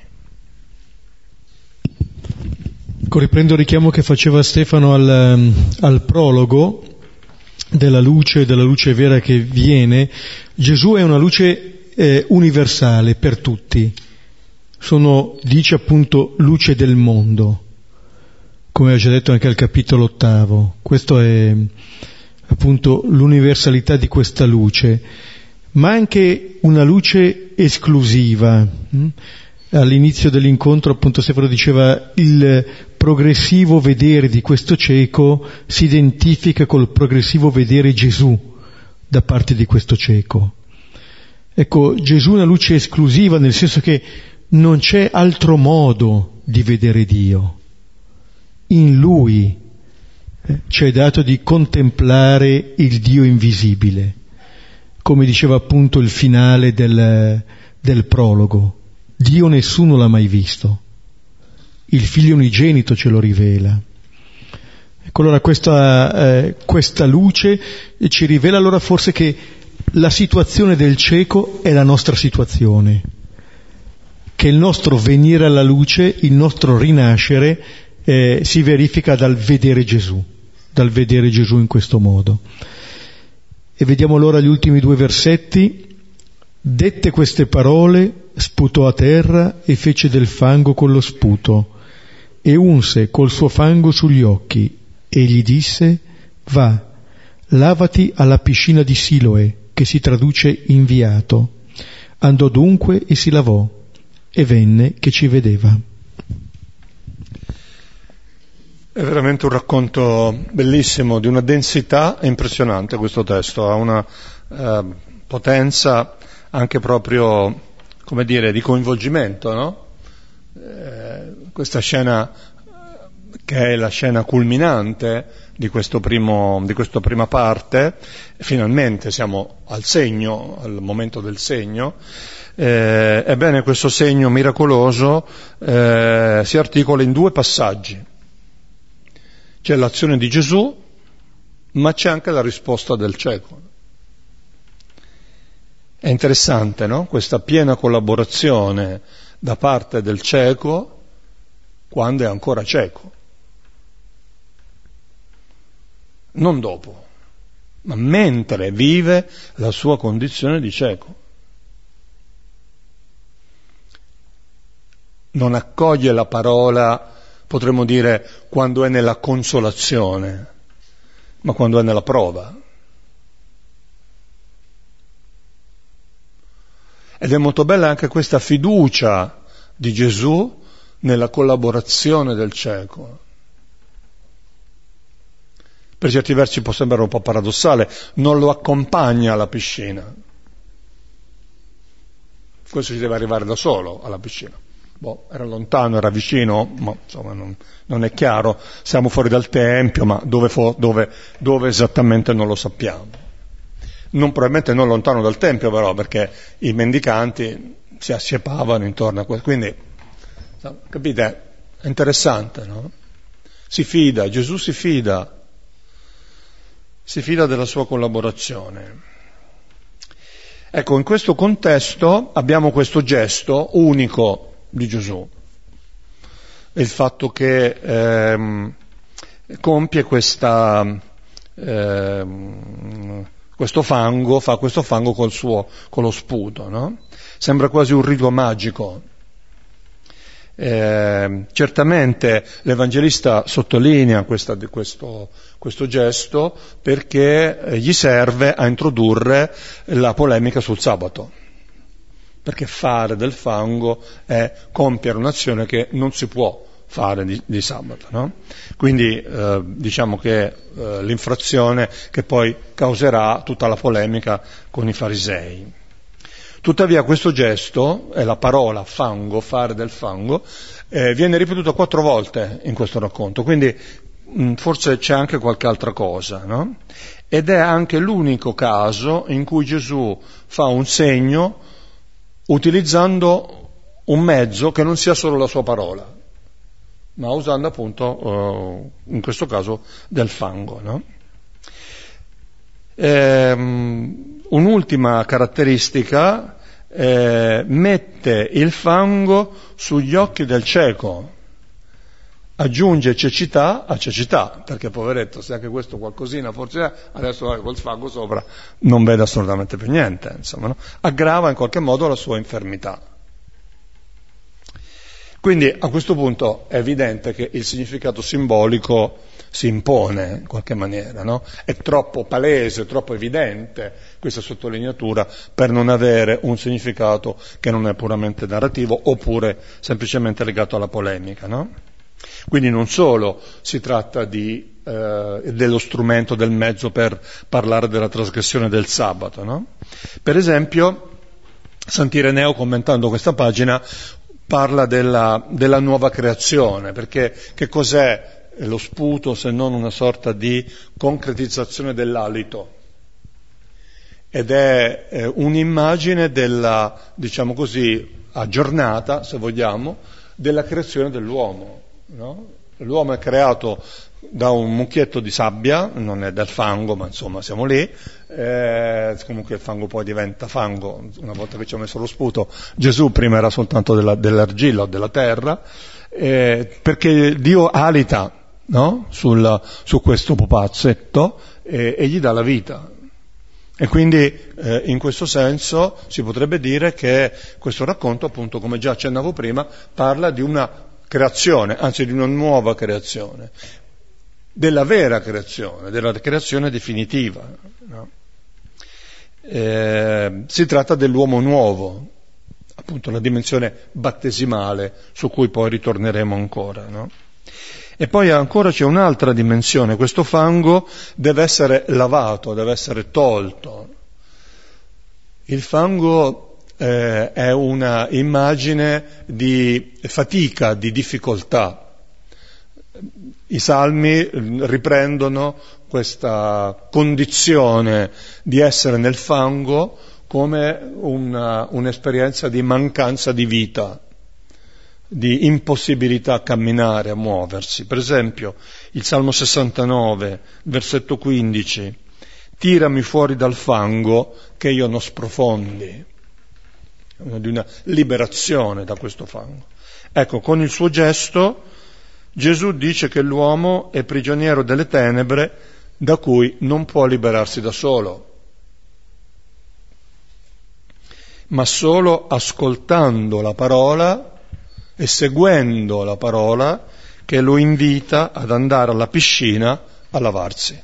Speaker 1: Riprendo il richiamo che faceva Stefano al prologo della luce vera che viene. Gesù è una luce universale per tutti. Dice appunto luce del mondo. come ho già detto anche al capitolo 8. Questo è appunto l'universalità di questa luce, ma anche una luce esclusiva. All'inizio dell'incontro appunto Stefano diceva il progressivo vedere di questo cieco si identifica col progressivo vedere Gesù da parte di questo cieco. Ecco, Gesù è una luce esclusiva, nel senso che non c'è altro modo di vedere Dio. In Lui ci è dato di contemplare il Dio invisibile, come diceva appunto il finale del prologo. Dio nessuno l'ha mai visto, il Figlio unigenito ce lo rivela. Ecco, allora questa luce ci rivela allora forse che la situazione del cieco è la nostra situazione, che il nostro venire alla luce, il nostro rinascere si verifica dal vedere Gesù in questo modo. E vediamo allora gli ultimi 2 versetti. Dette queste parole, sputò a terra e fece del fango con lo sputo e unse col suo fango sugli occhi e gli disse: va, lavati alla piscina di Siloe, che si traduce inviato. Andò dunque e si lavò e venne che ci vedeva.
Speaker 2: È veramente un racconto bellissimo, di una densità impressionante questo testo, ha una potenza anche proprio, come dire, di coinvolgimento, no? Questa scena che è la scena culminante di questa prima parte, finalmente siamo al momento del segno. Ebbene, questo segno miracoloso si articola in 2 passaggi. C'è l'azione di Gesù, ma c'è anche la risposta del cieco. È interessante, no? Questa piena collaborazione da parte del cieco quando è ancora cieco. Non dopo, ma mentre vive la sua condizione di cieco. Non accoglie la parola, potremmo dire, quando è nella consolazione, ma quando è nella prova. Ed è molto bella anche questa fiducia di Gesù nella collaborazione del cieco. Per certi versi può sembrare un po' paradossale, non lo accompagna alla piscina. Questo ci deve arrivare da solo alla piscina. Era lontano, era vicino, ma insomma non è chiaro. Siamo fuori dal Tempio, ma dove esattamente non lo sappiamo. Probabilmente non lontano dal Tempio, però, perché i mendicanti si assiepavano intorno a questo. Quindi, capite, è interessante, no? Si fida, Gesù si fida della sua collaborazione. Ecco, in questo contesto abbiamo questo gesto unico di Gesù, il fatto che compie questo fango, fa questo fango con lo sputo, no? Sembra quasi un rito magico. Certamente l'Evangelista sottolinea questo gesto perché gli serve a introdurre la polemica sul sabato, perché fare del fango è compiere un'azione che non si può fare di sabato, no? Quindi diciamo che l'infrazione che poi causerà tutta la polemica con i farisei. Tuttavia questo gesto, è la parola fango, fare del fango, viene ripetuto 4 volte in questo racconto, quindi forse c'è anche qualche altra cosa, no? Ed è anche l'unico caso in cui Gesù fa un segno utilizzando un mezzo che non sia solo la sua parola, ma usando appunto, in questo caso, del fango, no? Un'ultima caratteristica, mette il fango sugli occhi del cieco, aggiunge cecità a cecità, perché poveretto, se anche questo qualcosina forse adesso col fango sopra non vede assolutamente più niente, insomma, no? Aggrava in qualche modo la sua infermità. Quindi a questo punto è evidente che il significato simbolico si impone in qualche maniera, no? È troppo palese, troppo evidente questa sottolineatura per non avere un significato che non è puramente narrativo oppure semplicemente legato alla polemica, no? Quindi non solo si tratta dello strumento, del mezzo per parlare della trasgressione del sabato, no? Per esempio, Sant'Ireneo, commentando questa pagina, parla della nuova creazione, perché che cos'è lo sputo se non una sorta di concretizzazione dell'alito? Ed è un'immagine della, diciamo così, aggiornata, se vogliamo, della creazione dell'uomo, no? L'uomo è creato da un mucchietto di sabbia, non è del fango, ma insomma siamo lì, comunque il fango poi diventa fango una volta che ci ha messo lo sputo. Gesù prima era soltanto dell'argilla o della terra, perché Dio alita, no? su questo pupazzetto e gli dà la vita. E quindi in questo senso si potrebbe dire che questo racconto, appunto, come già accennavo prima, parla di una creazione, anzi di una nuova creazione, della vera creazione, della creazione definitiva, no? Si tratta dell'uomo nuovo, appunto la dimensione battesimale su cui poi ritorneremo ancora, no? E poi ancora c'è un'altra dimensione: questo fango deve essere lavato, deve essere tolto. Il fango è una immagine di fatica, di difficoltà. I salmi riprendono questa condizione di essere nel fango come un'esperienza di mancanza di vita, di impossibilità a camminare, a muoversi. Per esempio, il Salmo 69, versetto 15: tirami fuori dal fango che io non sprofondi. Di una liberazione da questo fango. Ecco, con il suo gesto Gesù dice che l'uomo è prigioniero delle tenebre da cui non può liberarsi da solo, ma solo ascoltando la parola e seguendo la parola che lo invita ad andare alla piscina a lavarsi.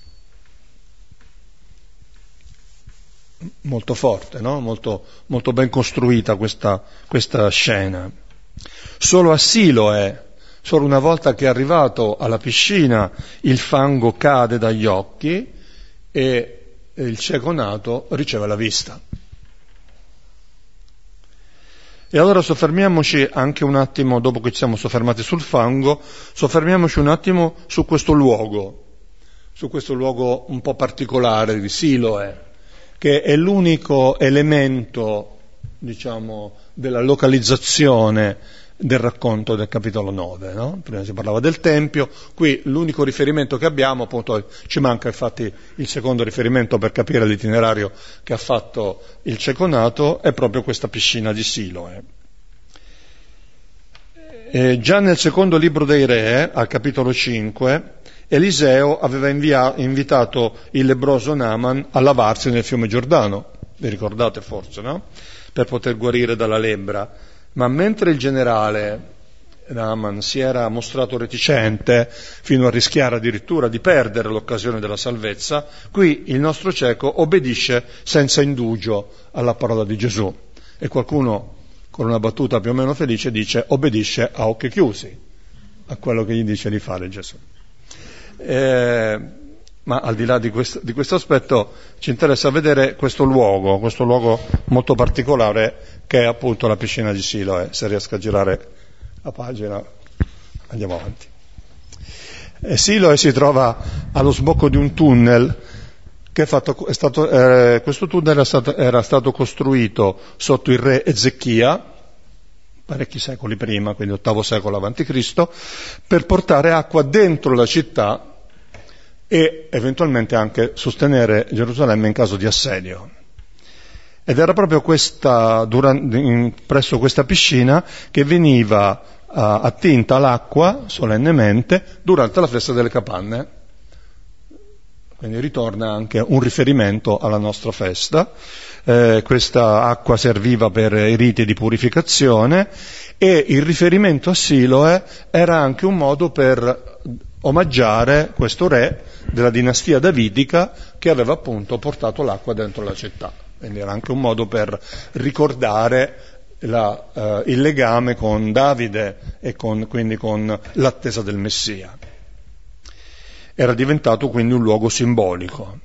Speaker 2: Molto forte, no? Molto ben costruita questa scena. Solo a Siloe, solo una volta che è arrivato alla piscina, il fango cade dagli occhi e il cieco nato riceve la vista. E allora soffermiamoci anche un attimo, dopo che ci siamo soffermati sul fango, soffermiamoci un attimo su questo luogo un po' particolare di Siloe, che è l'unico elemento, diciamo, della localizzazione del racconto del capitolo 9, no? Prima si parlava del Tempio, qui l'unico riferimento che abbiamo, appunto, ci manca infatti il secondo riferimento per capire l'itinerario che ha fatto il cieco nato, è proprio questa piscina di Siloe. Già nel secondo libro dei Re, al capitolo 5, Eliseo aveva invitato il lebbroso Naaman a lavarsi nel fiume Giordano, vi ricordate forse, no? Per poter guarire dalla lebbra. Ma mentre il generale Naaman si era mostrato reticente, fino a rischiare addirittura di perdere l'occasione della salvezza, qui il nostro cieco obbedisce senza indugio alla parola di Gesù. E qualcuno, con una battuta più o meno felice, dice: obbedisce a occhi chiusi a quello che gli dice di fare Gesù. Ma al di là di questo aspetto ci interessa vedere questo luogo molto particolare che è appunto la piscina di Siloe. Se riesco a girare la pagina andiamo avanti. Siloe si trova allo sbocco di un tunnel che questo tunnel era stato costruito sotto il re Ezechia parecchi secoli prima, quindi VIII secolo avanti Cristo, per portare acqua dentro la città e eventualmente anche sostenere Gerusalemme in caso di assedio. Ed era proprio presso questa piscina che veniva attinta l'acqua solennemente durante la festa delle capanne, quindi ritorna anche un riferimento alla nostra festa. Questa acqua serviva per i riti di purificazione, e il riferimento a Siloe era anche un modo per omaggiare questo re della dinastia davidica che aveva appunto portato l'acqua dentro la città. Quindi era anche un modo per ricordare il legame con Davide e quindi con l'attesa del Messia. Era diventato quindi un luogo simbolico.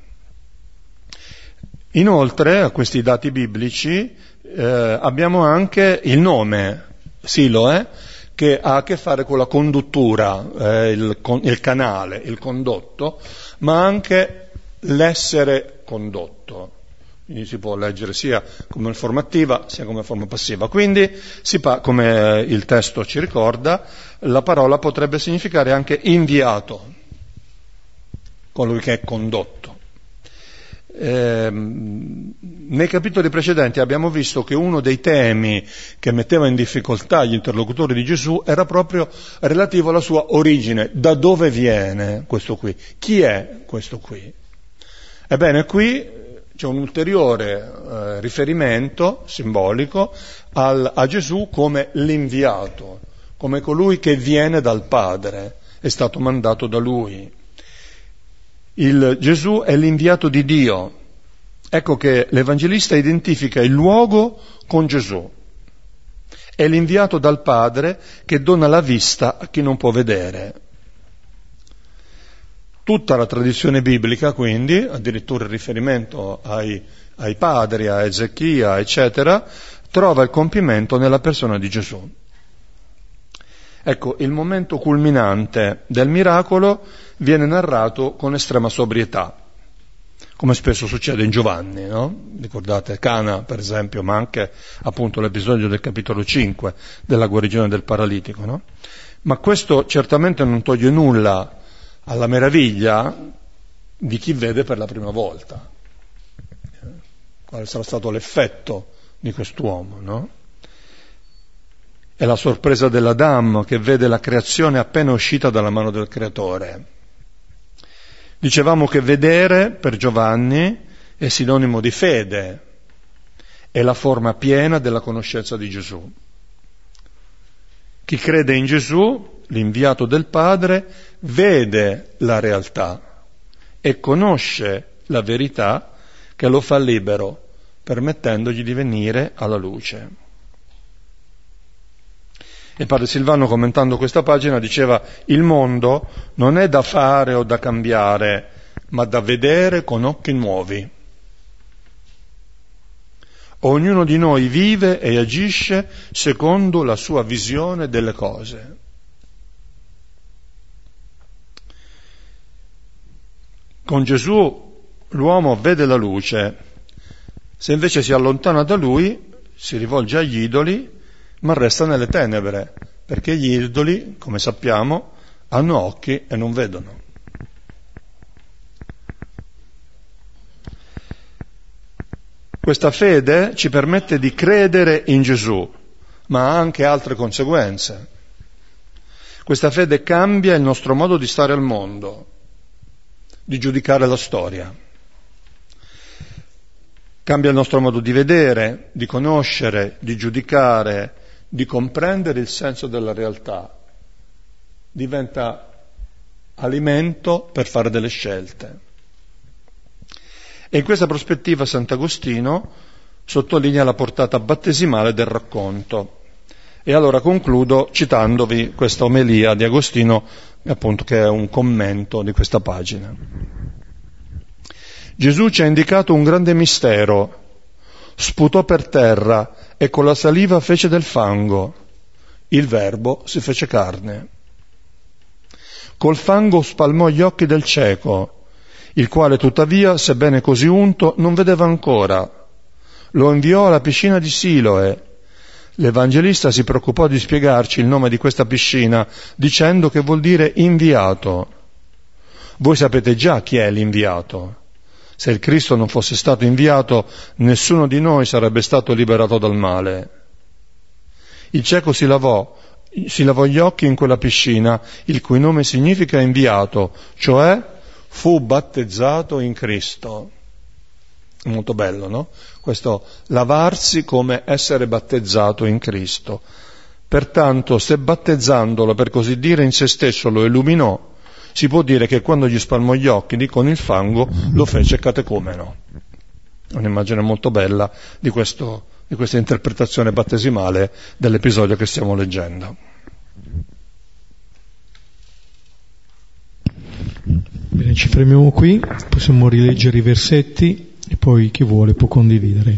Speaker 2: Inoltre, a questi dati biblici, abbiamo anche il nome Siloe, che ha a che fare con la conduttura, il canale, il condotto, ma anche l'essere condotto. Quindi si può leggere sia come forma attiva sia come forma passiva. Quindi, come il testo ci ricorda, la parola potrebbe significare anche inviato, colui che è condotto. Nei capitoli precedenti abbiamo visto che uno dei temi che metteva in difficoltà gli interlocutori di Gesù era proprio relativo alla sua origine. Da dove viene questo qui? Chi è questo qui? Ebbene, qui c'è un ulteriore riferimento simbolico a Gesù come l'inviato, come colui che viene dal Padre, è stato mandato da Lui. Gesù è l'inviato di Dio. Ecco che l'Evangelista identifica il luogo con Gesù. È l'inviato dal Padre che dona la vista a chi non può vedere. Tutta la tradizione biblica, quindi, addirittura il riferimento ai padri, a Ezechia, eccetera, trova il compimento nella persona di Gesù. Ecco, il momento culminante del miracolo viene narrato con estrema sobrietà, come spesso succede in Giovanni, no? Ricordate Cana, per esempio, ma anche appunto l'episodio del capitolo 5 della guarigione del paralitico, no? Ma questo certamente non toglie nulla alla meraviglia di chi vede per la prima volta. Quale sarà stato l'effetto di quest'uomo, no? È la sorpresa dell'Adam che vede la creazione appena uscita dalla mano del Creatore. Dicevamo che vedere per Giovanni è sinonimo di fede, è la forma piena della conoscenza di Gesù. Chi crede in Gesù, l'inviato del Padre, vede la realtà e conosce la verità che lo fa libero, permettendogli di venire alla luce. E padre Silvano, commentando questa pagina, diceva: il mondo non è da fare o da cambiare, ma da vedere con occhi nuovi. Ognuno di noi vive e agisce secondo la sua visione delle cose. Con Gesù l'uomo vede la luce, se invece si allontana da lui, si rivolge agli idoli, ma resta nelle tenebre, perché gli idoli, come sappiamo, hanno occhi e non vedono. Questa fede ci permette di credere in Gesù, ma ha anche altre conseguenze. Questa fede cambia il nostro modo di stare al mondo, di giudicare la storia. Cambia il nostro modo di vedere, di conoscere, di giudicare, di comprendere il senso della realtà. Diventa alimento per fare delle scelte. E in questa prospettiva Sant'Agostino sottolinea la portata battesimale del racconto. E allora concludo citandovi questa omelia di Agostino, appunto, che è un commento di questa pagina. Gesù ci ha indicato un grande mistero, sputò per terra e con la saliva fece del fango. Il Verbo si fece carne. Col fango spalmò gli occhi del cieco, il quale tuttavia, sebbene così unto, non vedeva ancora. Lo inviò alla piscina di Siloe. L'Evangelista si preoccupò di spiegarci il nome di questa piscina, dicendo che vuol dire inviato. Voi sapete già chi è l'inviato. Se il Cristo non fosse stato inviato, nessuno di noi sarebbe stato liberato dal male. Il cieco si lavò gli occhi in quella piscina, il cui nome significa inviato, cioè fu battezzato in Cristo. Molto bello, no? Questo lavarsi come essere battezzato in Cristo. Pertanto, se battezzandolo, per così dire, in se stesso lo illuminò, si può dire che quando gli spalmò gli occhi con il fango lo fece catecumeno. Un'immagine molto bella di questa interpretazione battesimale dell'episodio che stiamo leggendo.
Speaker 1: Bene, ci fermiamo qui, possiamo rileggere i versetti e poi chi vuole può condividere.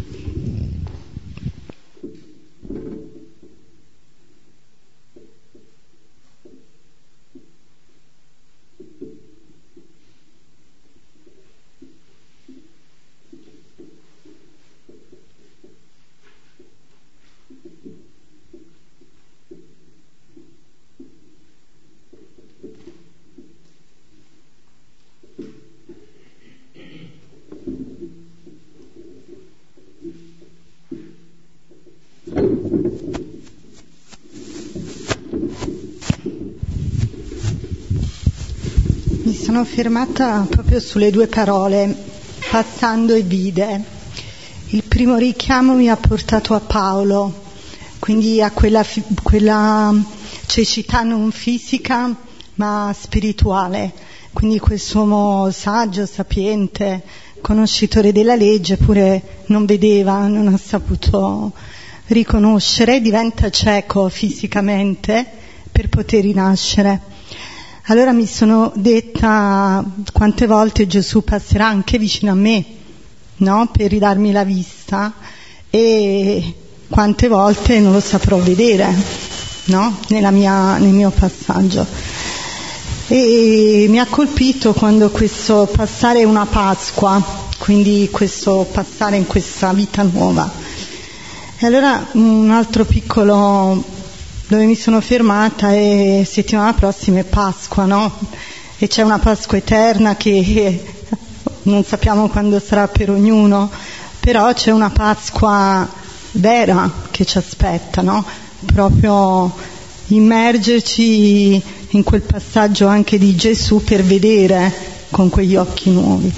Speaker 3: Mi sono fermata proprio sulle due parole, passando e vide. Il primo richiamo mi ha portato a Paolo, quindi a quella cecità non fisica ma spirituale, quindi quest'uomo saggio, sapiente, conoscitore della legge, pure non vedeva, non ha saputo riconoscere, diventa cieco fisicamente per poter rinascere. Allora mi sono detta quante volte Gesù passerà anche vicino a me, no? Per ridarmi la vista, e quante volte non lo saprò vedere, no? Nel mio passaggio. E mi ha colpito quando questo passare è una Pasqua, quindi questo passare in questa vita nuova. E allora un altro piccolo dove mi sono fermata è settimana prossima è Pasqua, no? E c'è una Pasqua eterna che non sappiamo quando sarà per ognuno, però c'è una Pasqua vera che ci aspetta, no? Proprio immergerci in quel passaggio anche di Gesù per vedere con quegli occhi nuovi.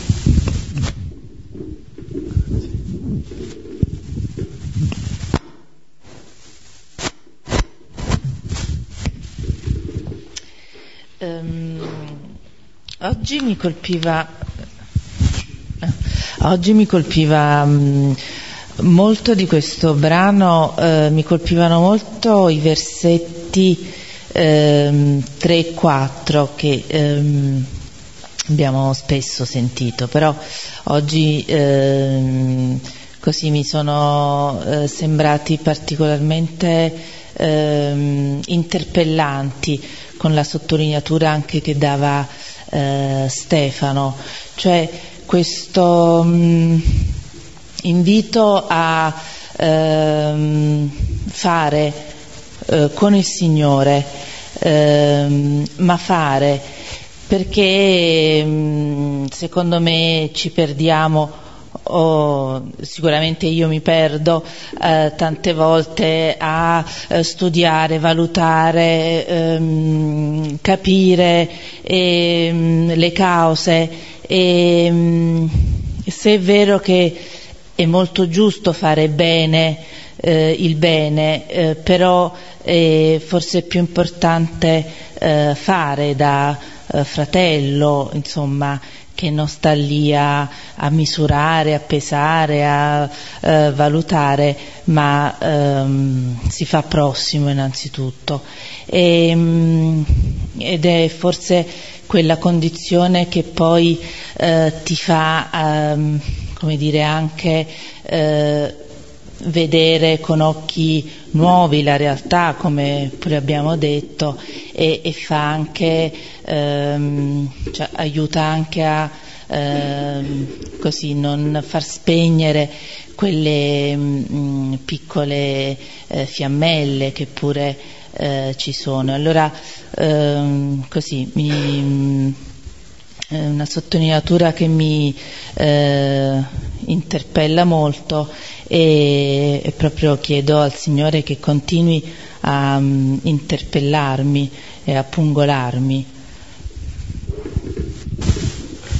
Speaker 4: Oggi mi colpiva molto di questo brano, mi colpivano molto i versetti 3 e 4 che abbiamo spesso sentito, però oggi così mi sono sembrati particolarmente interpellanti, con la sottolineatura anche che dava Stefano, cioè questo invito a fare con il Signore, ma fare, perché secondo me ci perdiamo, sicuramente io mi perdo tante volte a studiare, valutare, capire le cause, e se è vero che è molto giusto fare bene, il bene, però forse è più importante fare da fratello, insomma, che non sta lì a misurare, a pesare, a valutare, ma si fa prossimo innanzitutto. Ed è forse quella condizione che poi ti fa, come dire, anche vedere con occhi nuovi la realtà, come pure abbiamo detto, e fa anche, cioè, aiuta anche a così non far spegnere quelle piccole fiammelle che pure ci sono. Allora così una sottolineatura che mi interpella molto, e proprio chiedo al Signore che continui a interpellarmi e a pungolarmi.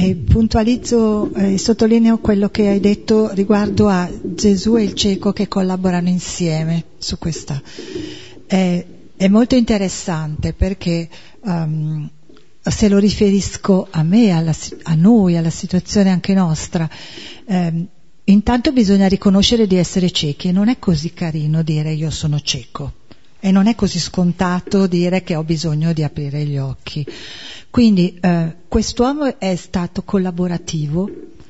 Speaker 3: E puntualizzo e sottolineo quello che hai detto riguardo a Gesù e il cieco che collaborano insieme su questa. È molto interessante perché se lo riferisco a me, a noi, alla situazione anche nostra, intanto bisogna riconoscere di essere ciechi, e non è così carino dire io sono cieco, e non è così scontato dire che ho bisogno di aprire gli occhi. Quindi quest'uomo è stato collaborativo,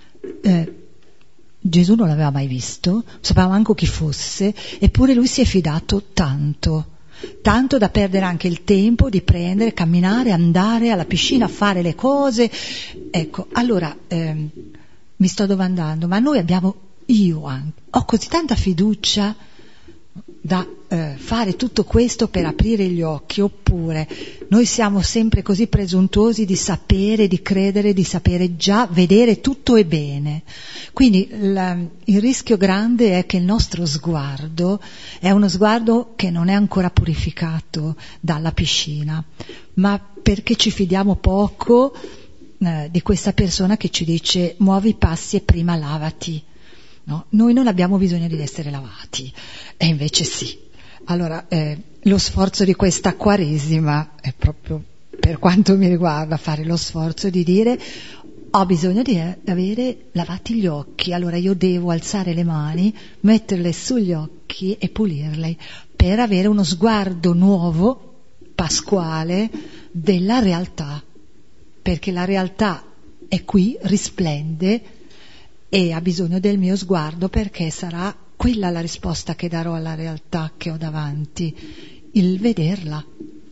Speaker 3: Gesù non l'aveva mai visto, non sapeva manco chi fosse, eppure lui si è fidato tanto da perdere anche il tempo di prendere, camminare, andare alla piscina, fare le cose. Ecco, allora mi sto domandando, ma noi ho così tanta fiducia da fare tutto questo per aprire gli occhi, oppure noi siamo sempre così presuntuosi di sapere, di credere, di sapere già, vedere tutto e bene. Quindi il rischio grande è che il nostro sguardo è uno sguardo che non è ancora purificato dalla piscina, ma perché ci fidiamo poco di questa persona che ci dice muovi i passi e prima lavati. No? Noi non abbiamo bisogno di essere lavati, e invece sì. Allora lo sforzo di questa Quaresima è proprio, per quanto mi riguarda, fare lo sforzo di dire ho bisogno di avere lavati gli occhi, allora io devo alzare le mani, metterle sugli occhi e pulirle per avere uno sguardo nuovo, pasquale, della realtà, perché la realtà è qui, risplende, e ha bisogno del mio sguardo, perché sarà quella la risposta che darò alla realtà che ho davanti, il vederla.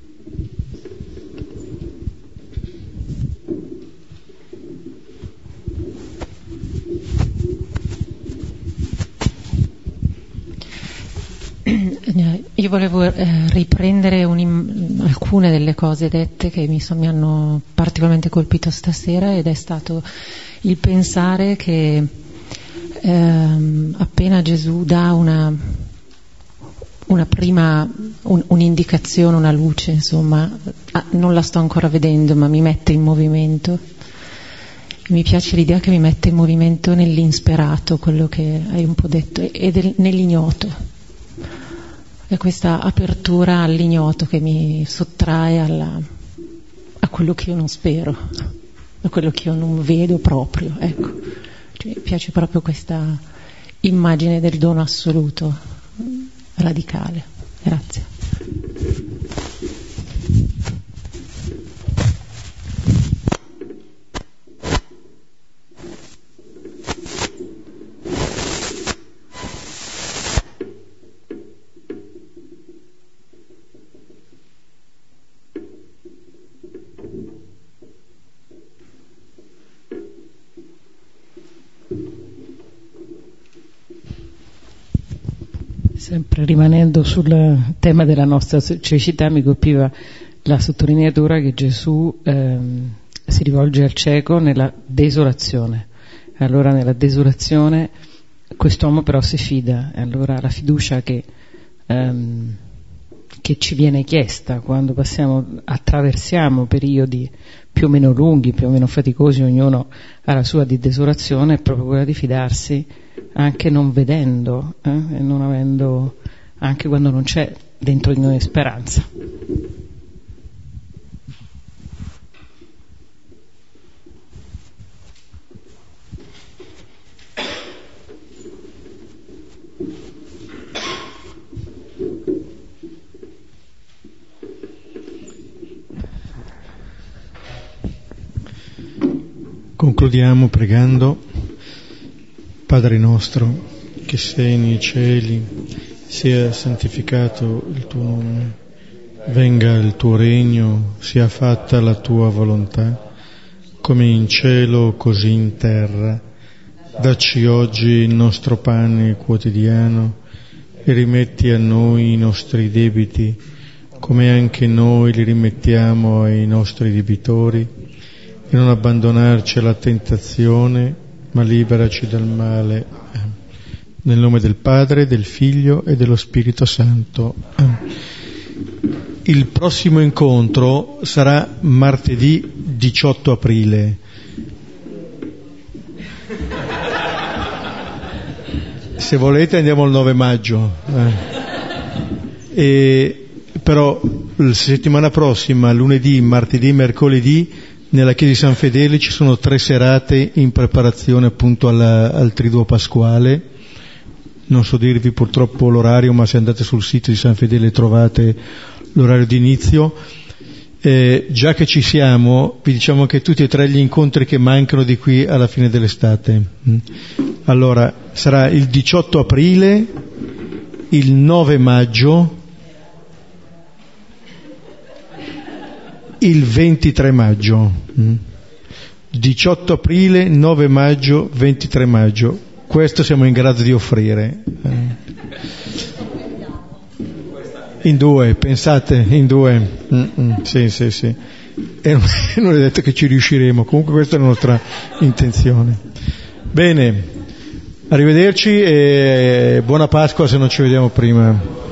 Speaker 5: Io volevo riprendere alcune delle cose dette che mi hanno particolarmente colpito stasera, ed è stato il pensare che appena Gesù dà una prima un'indicazione, una luce, insomma, non la sto ancora vedendo, ma mi mette in movimento. Mi piace l'idea che mi mette in movimento nell'insperato, quello che hai un po' detto, e nell'ignoto. È questa apertura all'ignoto che mi sottrae a quello che io non spero, a quello che io non vedo proprio, ecco. Cioè, mi piace proprio questa immagine del dono assoluto, radicale. Grazie.
Speaker 6: Sempre rimanendo sul tema della nostra cecità, mi colpiva la sottolineatura che Gesù si rivolge al cieco nella desolazione. Allora nella desolazione quest'uomo però si fida, e allora la fiducia che ci viene chiesta quando attraversiamo periodi più o meno lunghi, più o meno faticosi, ognuno ha la sua di desolazione, è proprio quella di fidarsi anche non vedendo, e non avendo, anche quando non c'è dentro di noi speranza.
Speaker 1: Concludiamo pregando. Padre nostro, che sei nei cieli, sia santificato il tuo nome, venga il tuo regno, sia fatta la tua volontà, come in cielo così in terra. Dacci oggi il nostro pane quotidiano e rimetti a noi i nostri debiti, come anche noi li rimettiamo ai nostri debitori, e non abbandonarci alla tentazione, ma liberaci dal male. Nel nome del Padre, del Figlio e dello Spirito Santo. Il prossimo incontro sarà martedì 18 aprile. Se volete andiamo al 9 maggio. Però la settimana prossima, lunedì, martedì, mercoledì, nella chiesa di San Fedele ci sono 3 serate in preparazione appunto al Triduo Pasquale. Non so dirvi purtroppo l'orario, ma se andate sul sito di San Fedele trovate l'orario di inizio. Già che ci siamo, vi diciamo che tutti e 3 gli incontri che mancano di qui alla fine dell'estate. Allora, sarà il 18 aprile, il 9 maggio, il 23 maggio. 18 aprile, 9 maggio, 23 maggio. Questo siamo in grado di offrire. In 2, pensate, in 2. Sì. E non è detto che ci riusciremo, comunque questa è la nostra intenzione. Bene, arrivederci e buona Pasqua se non ci vediamo prima.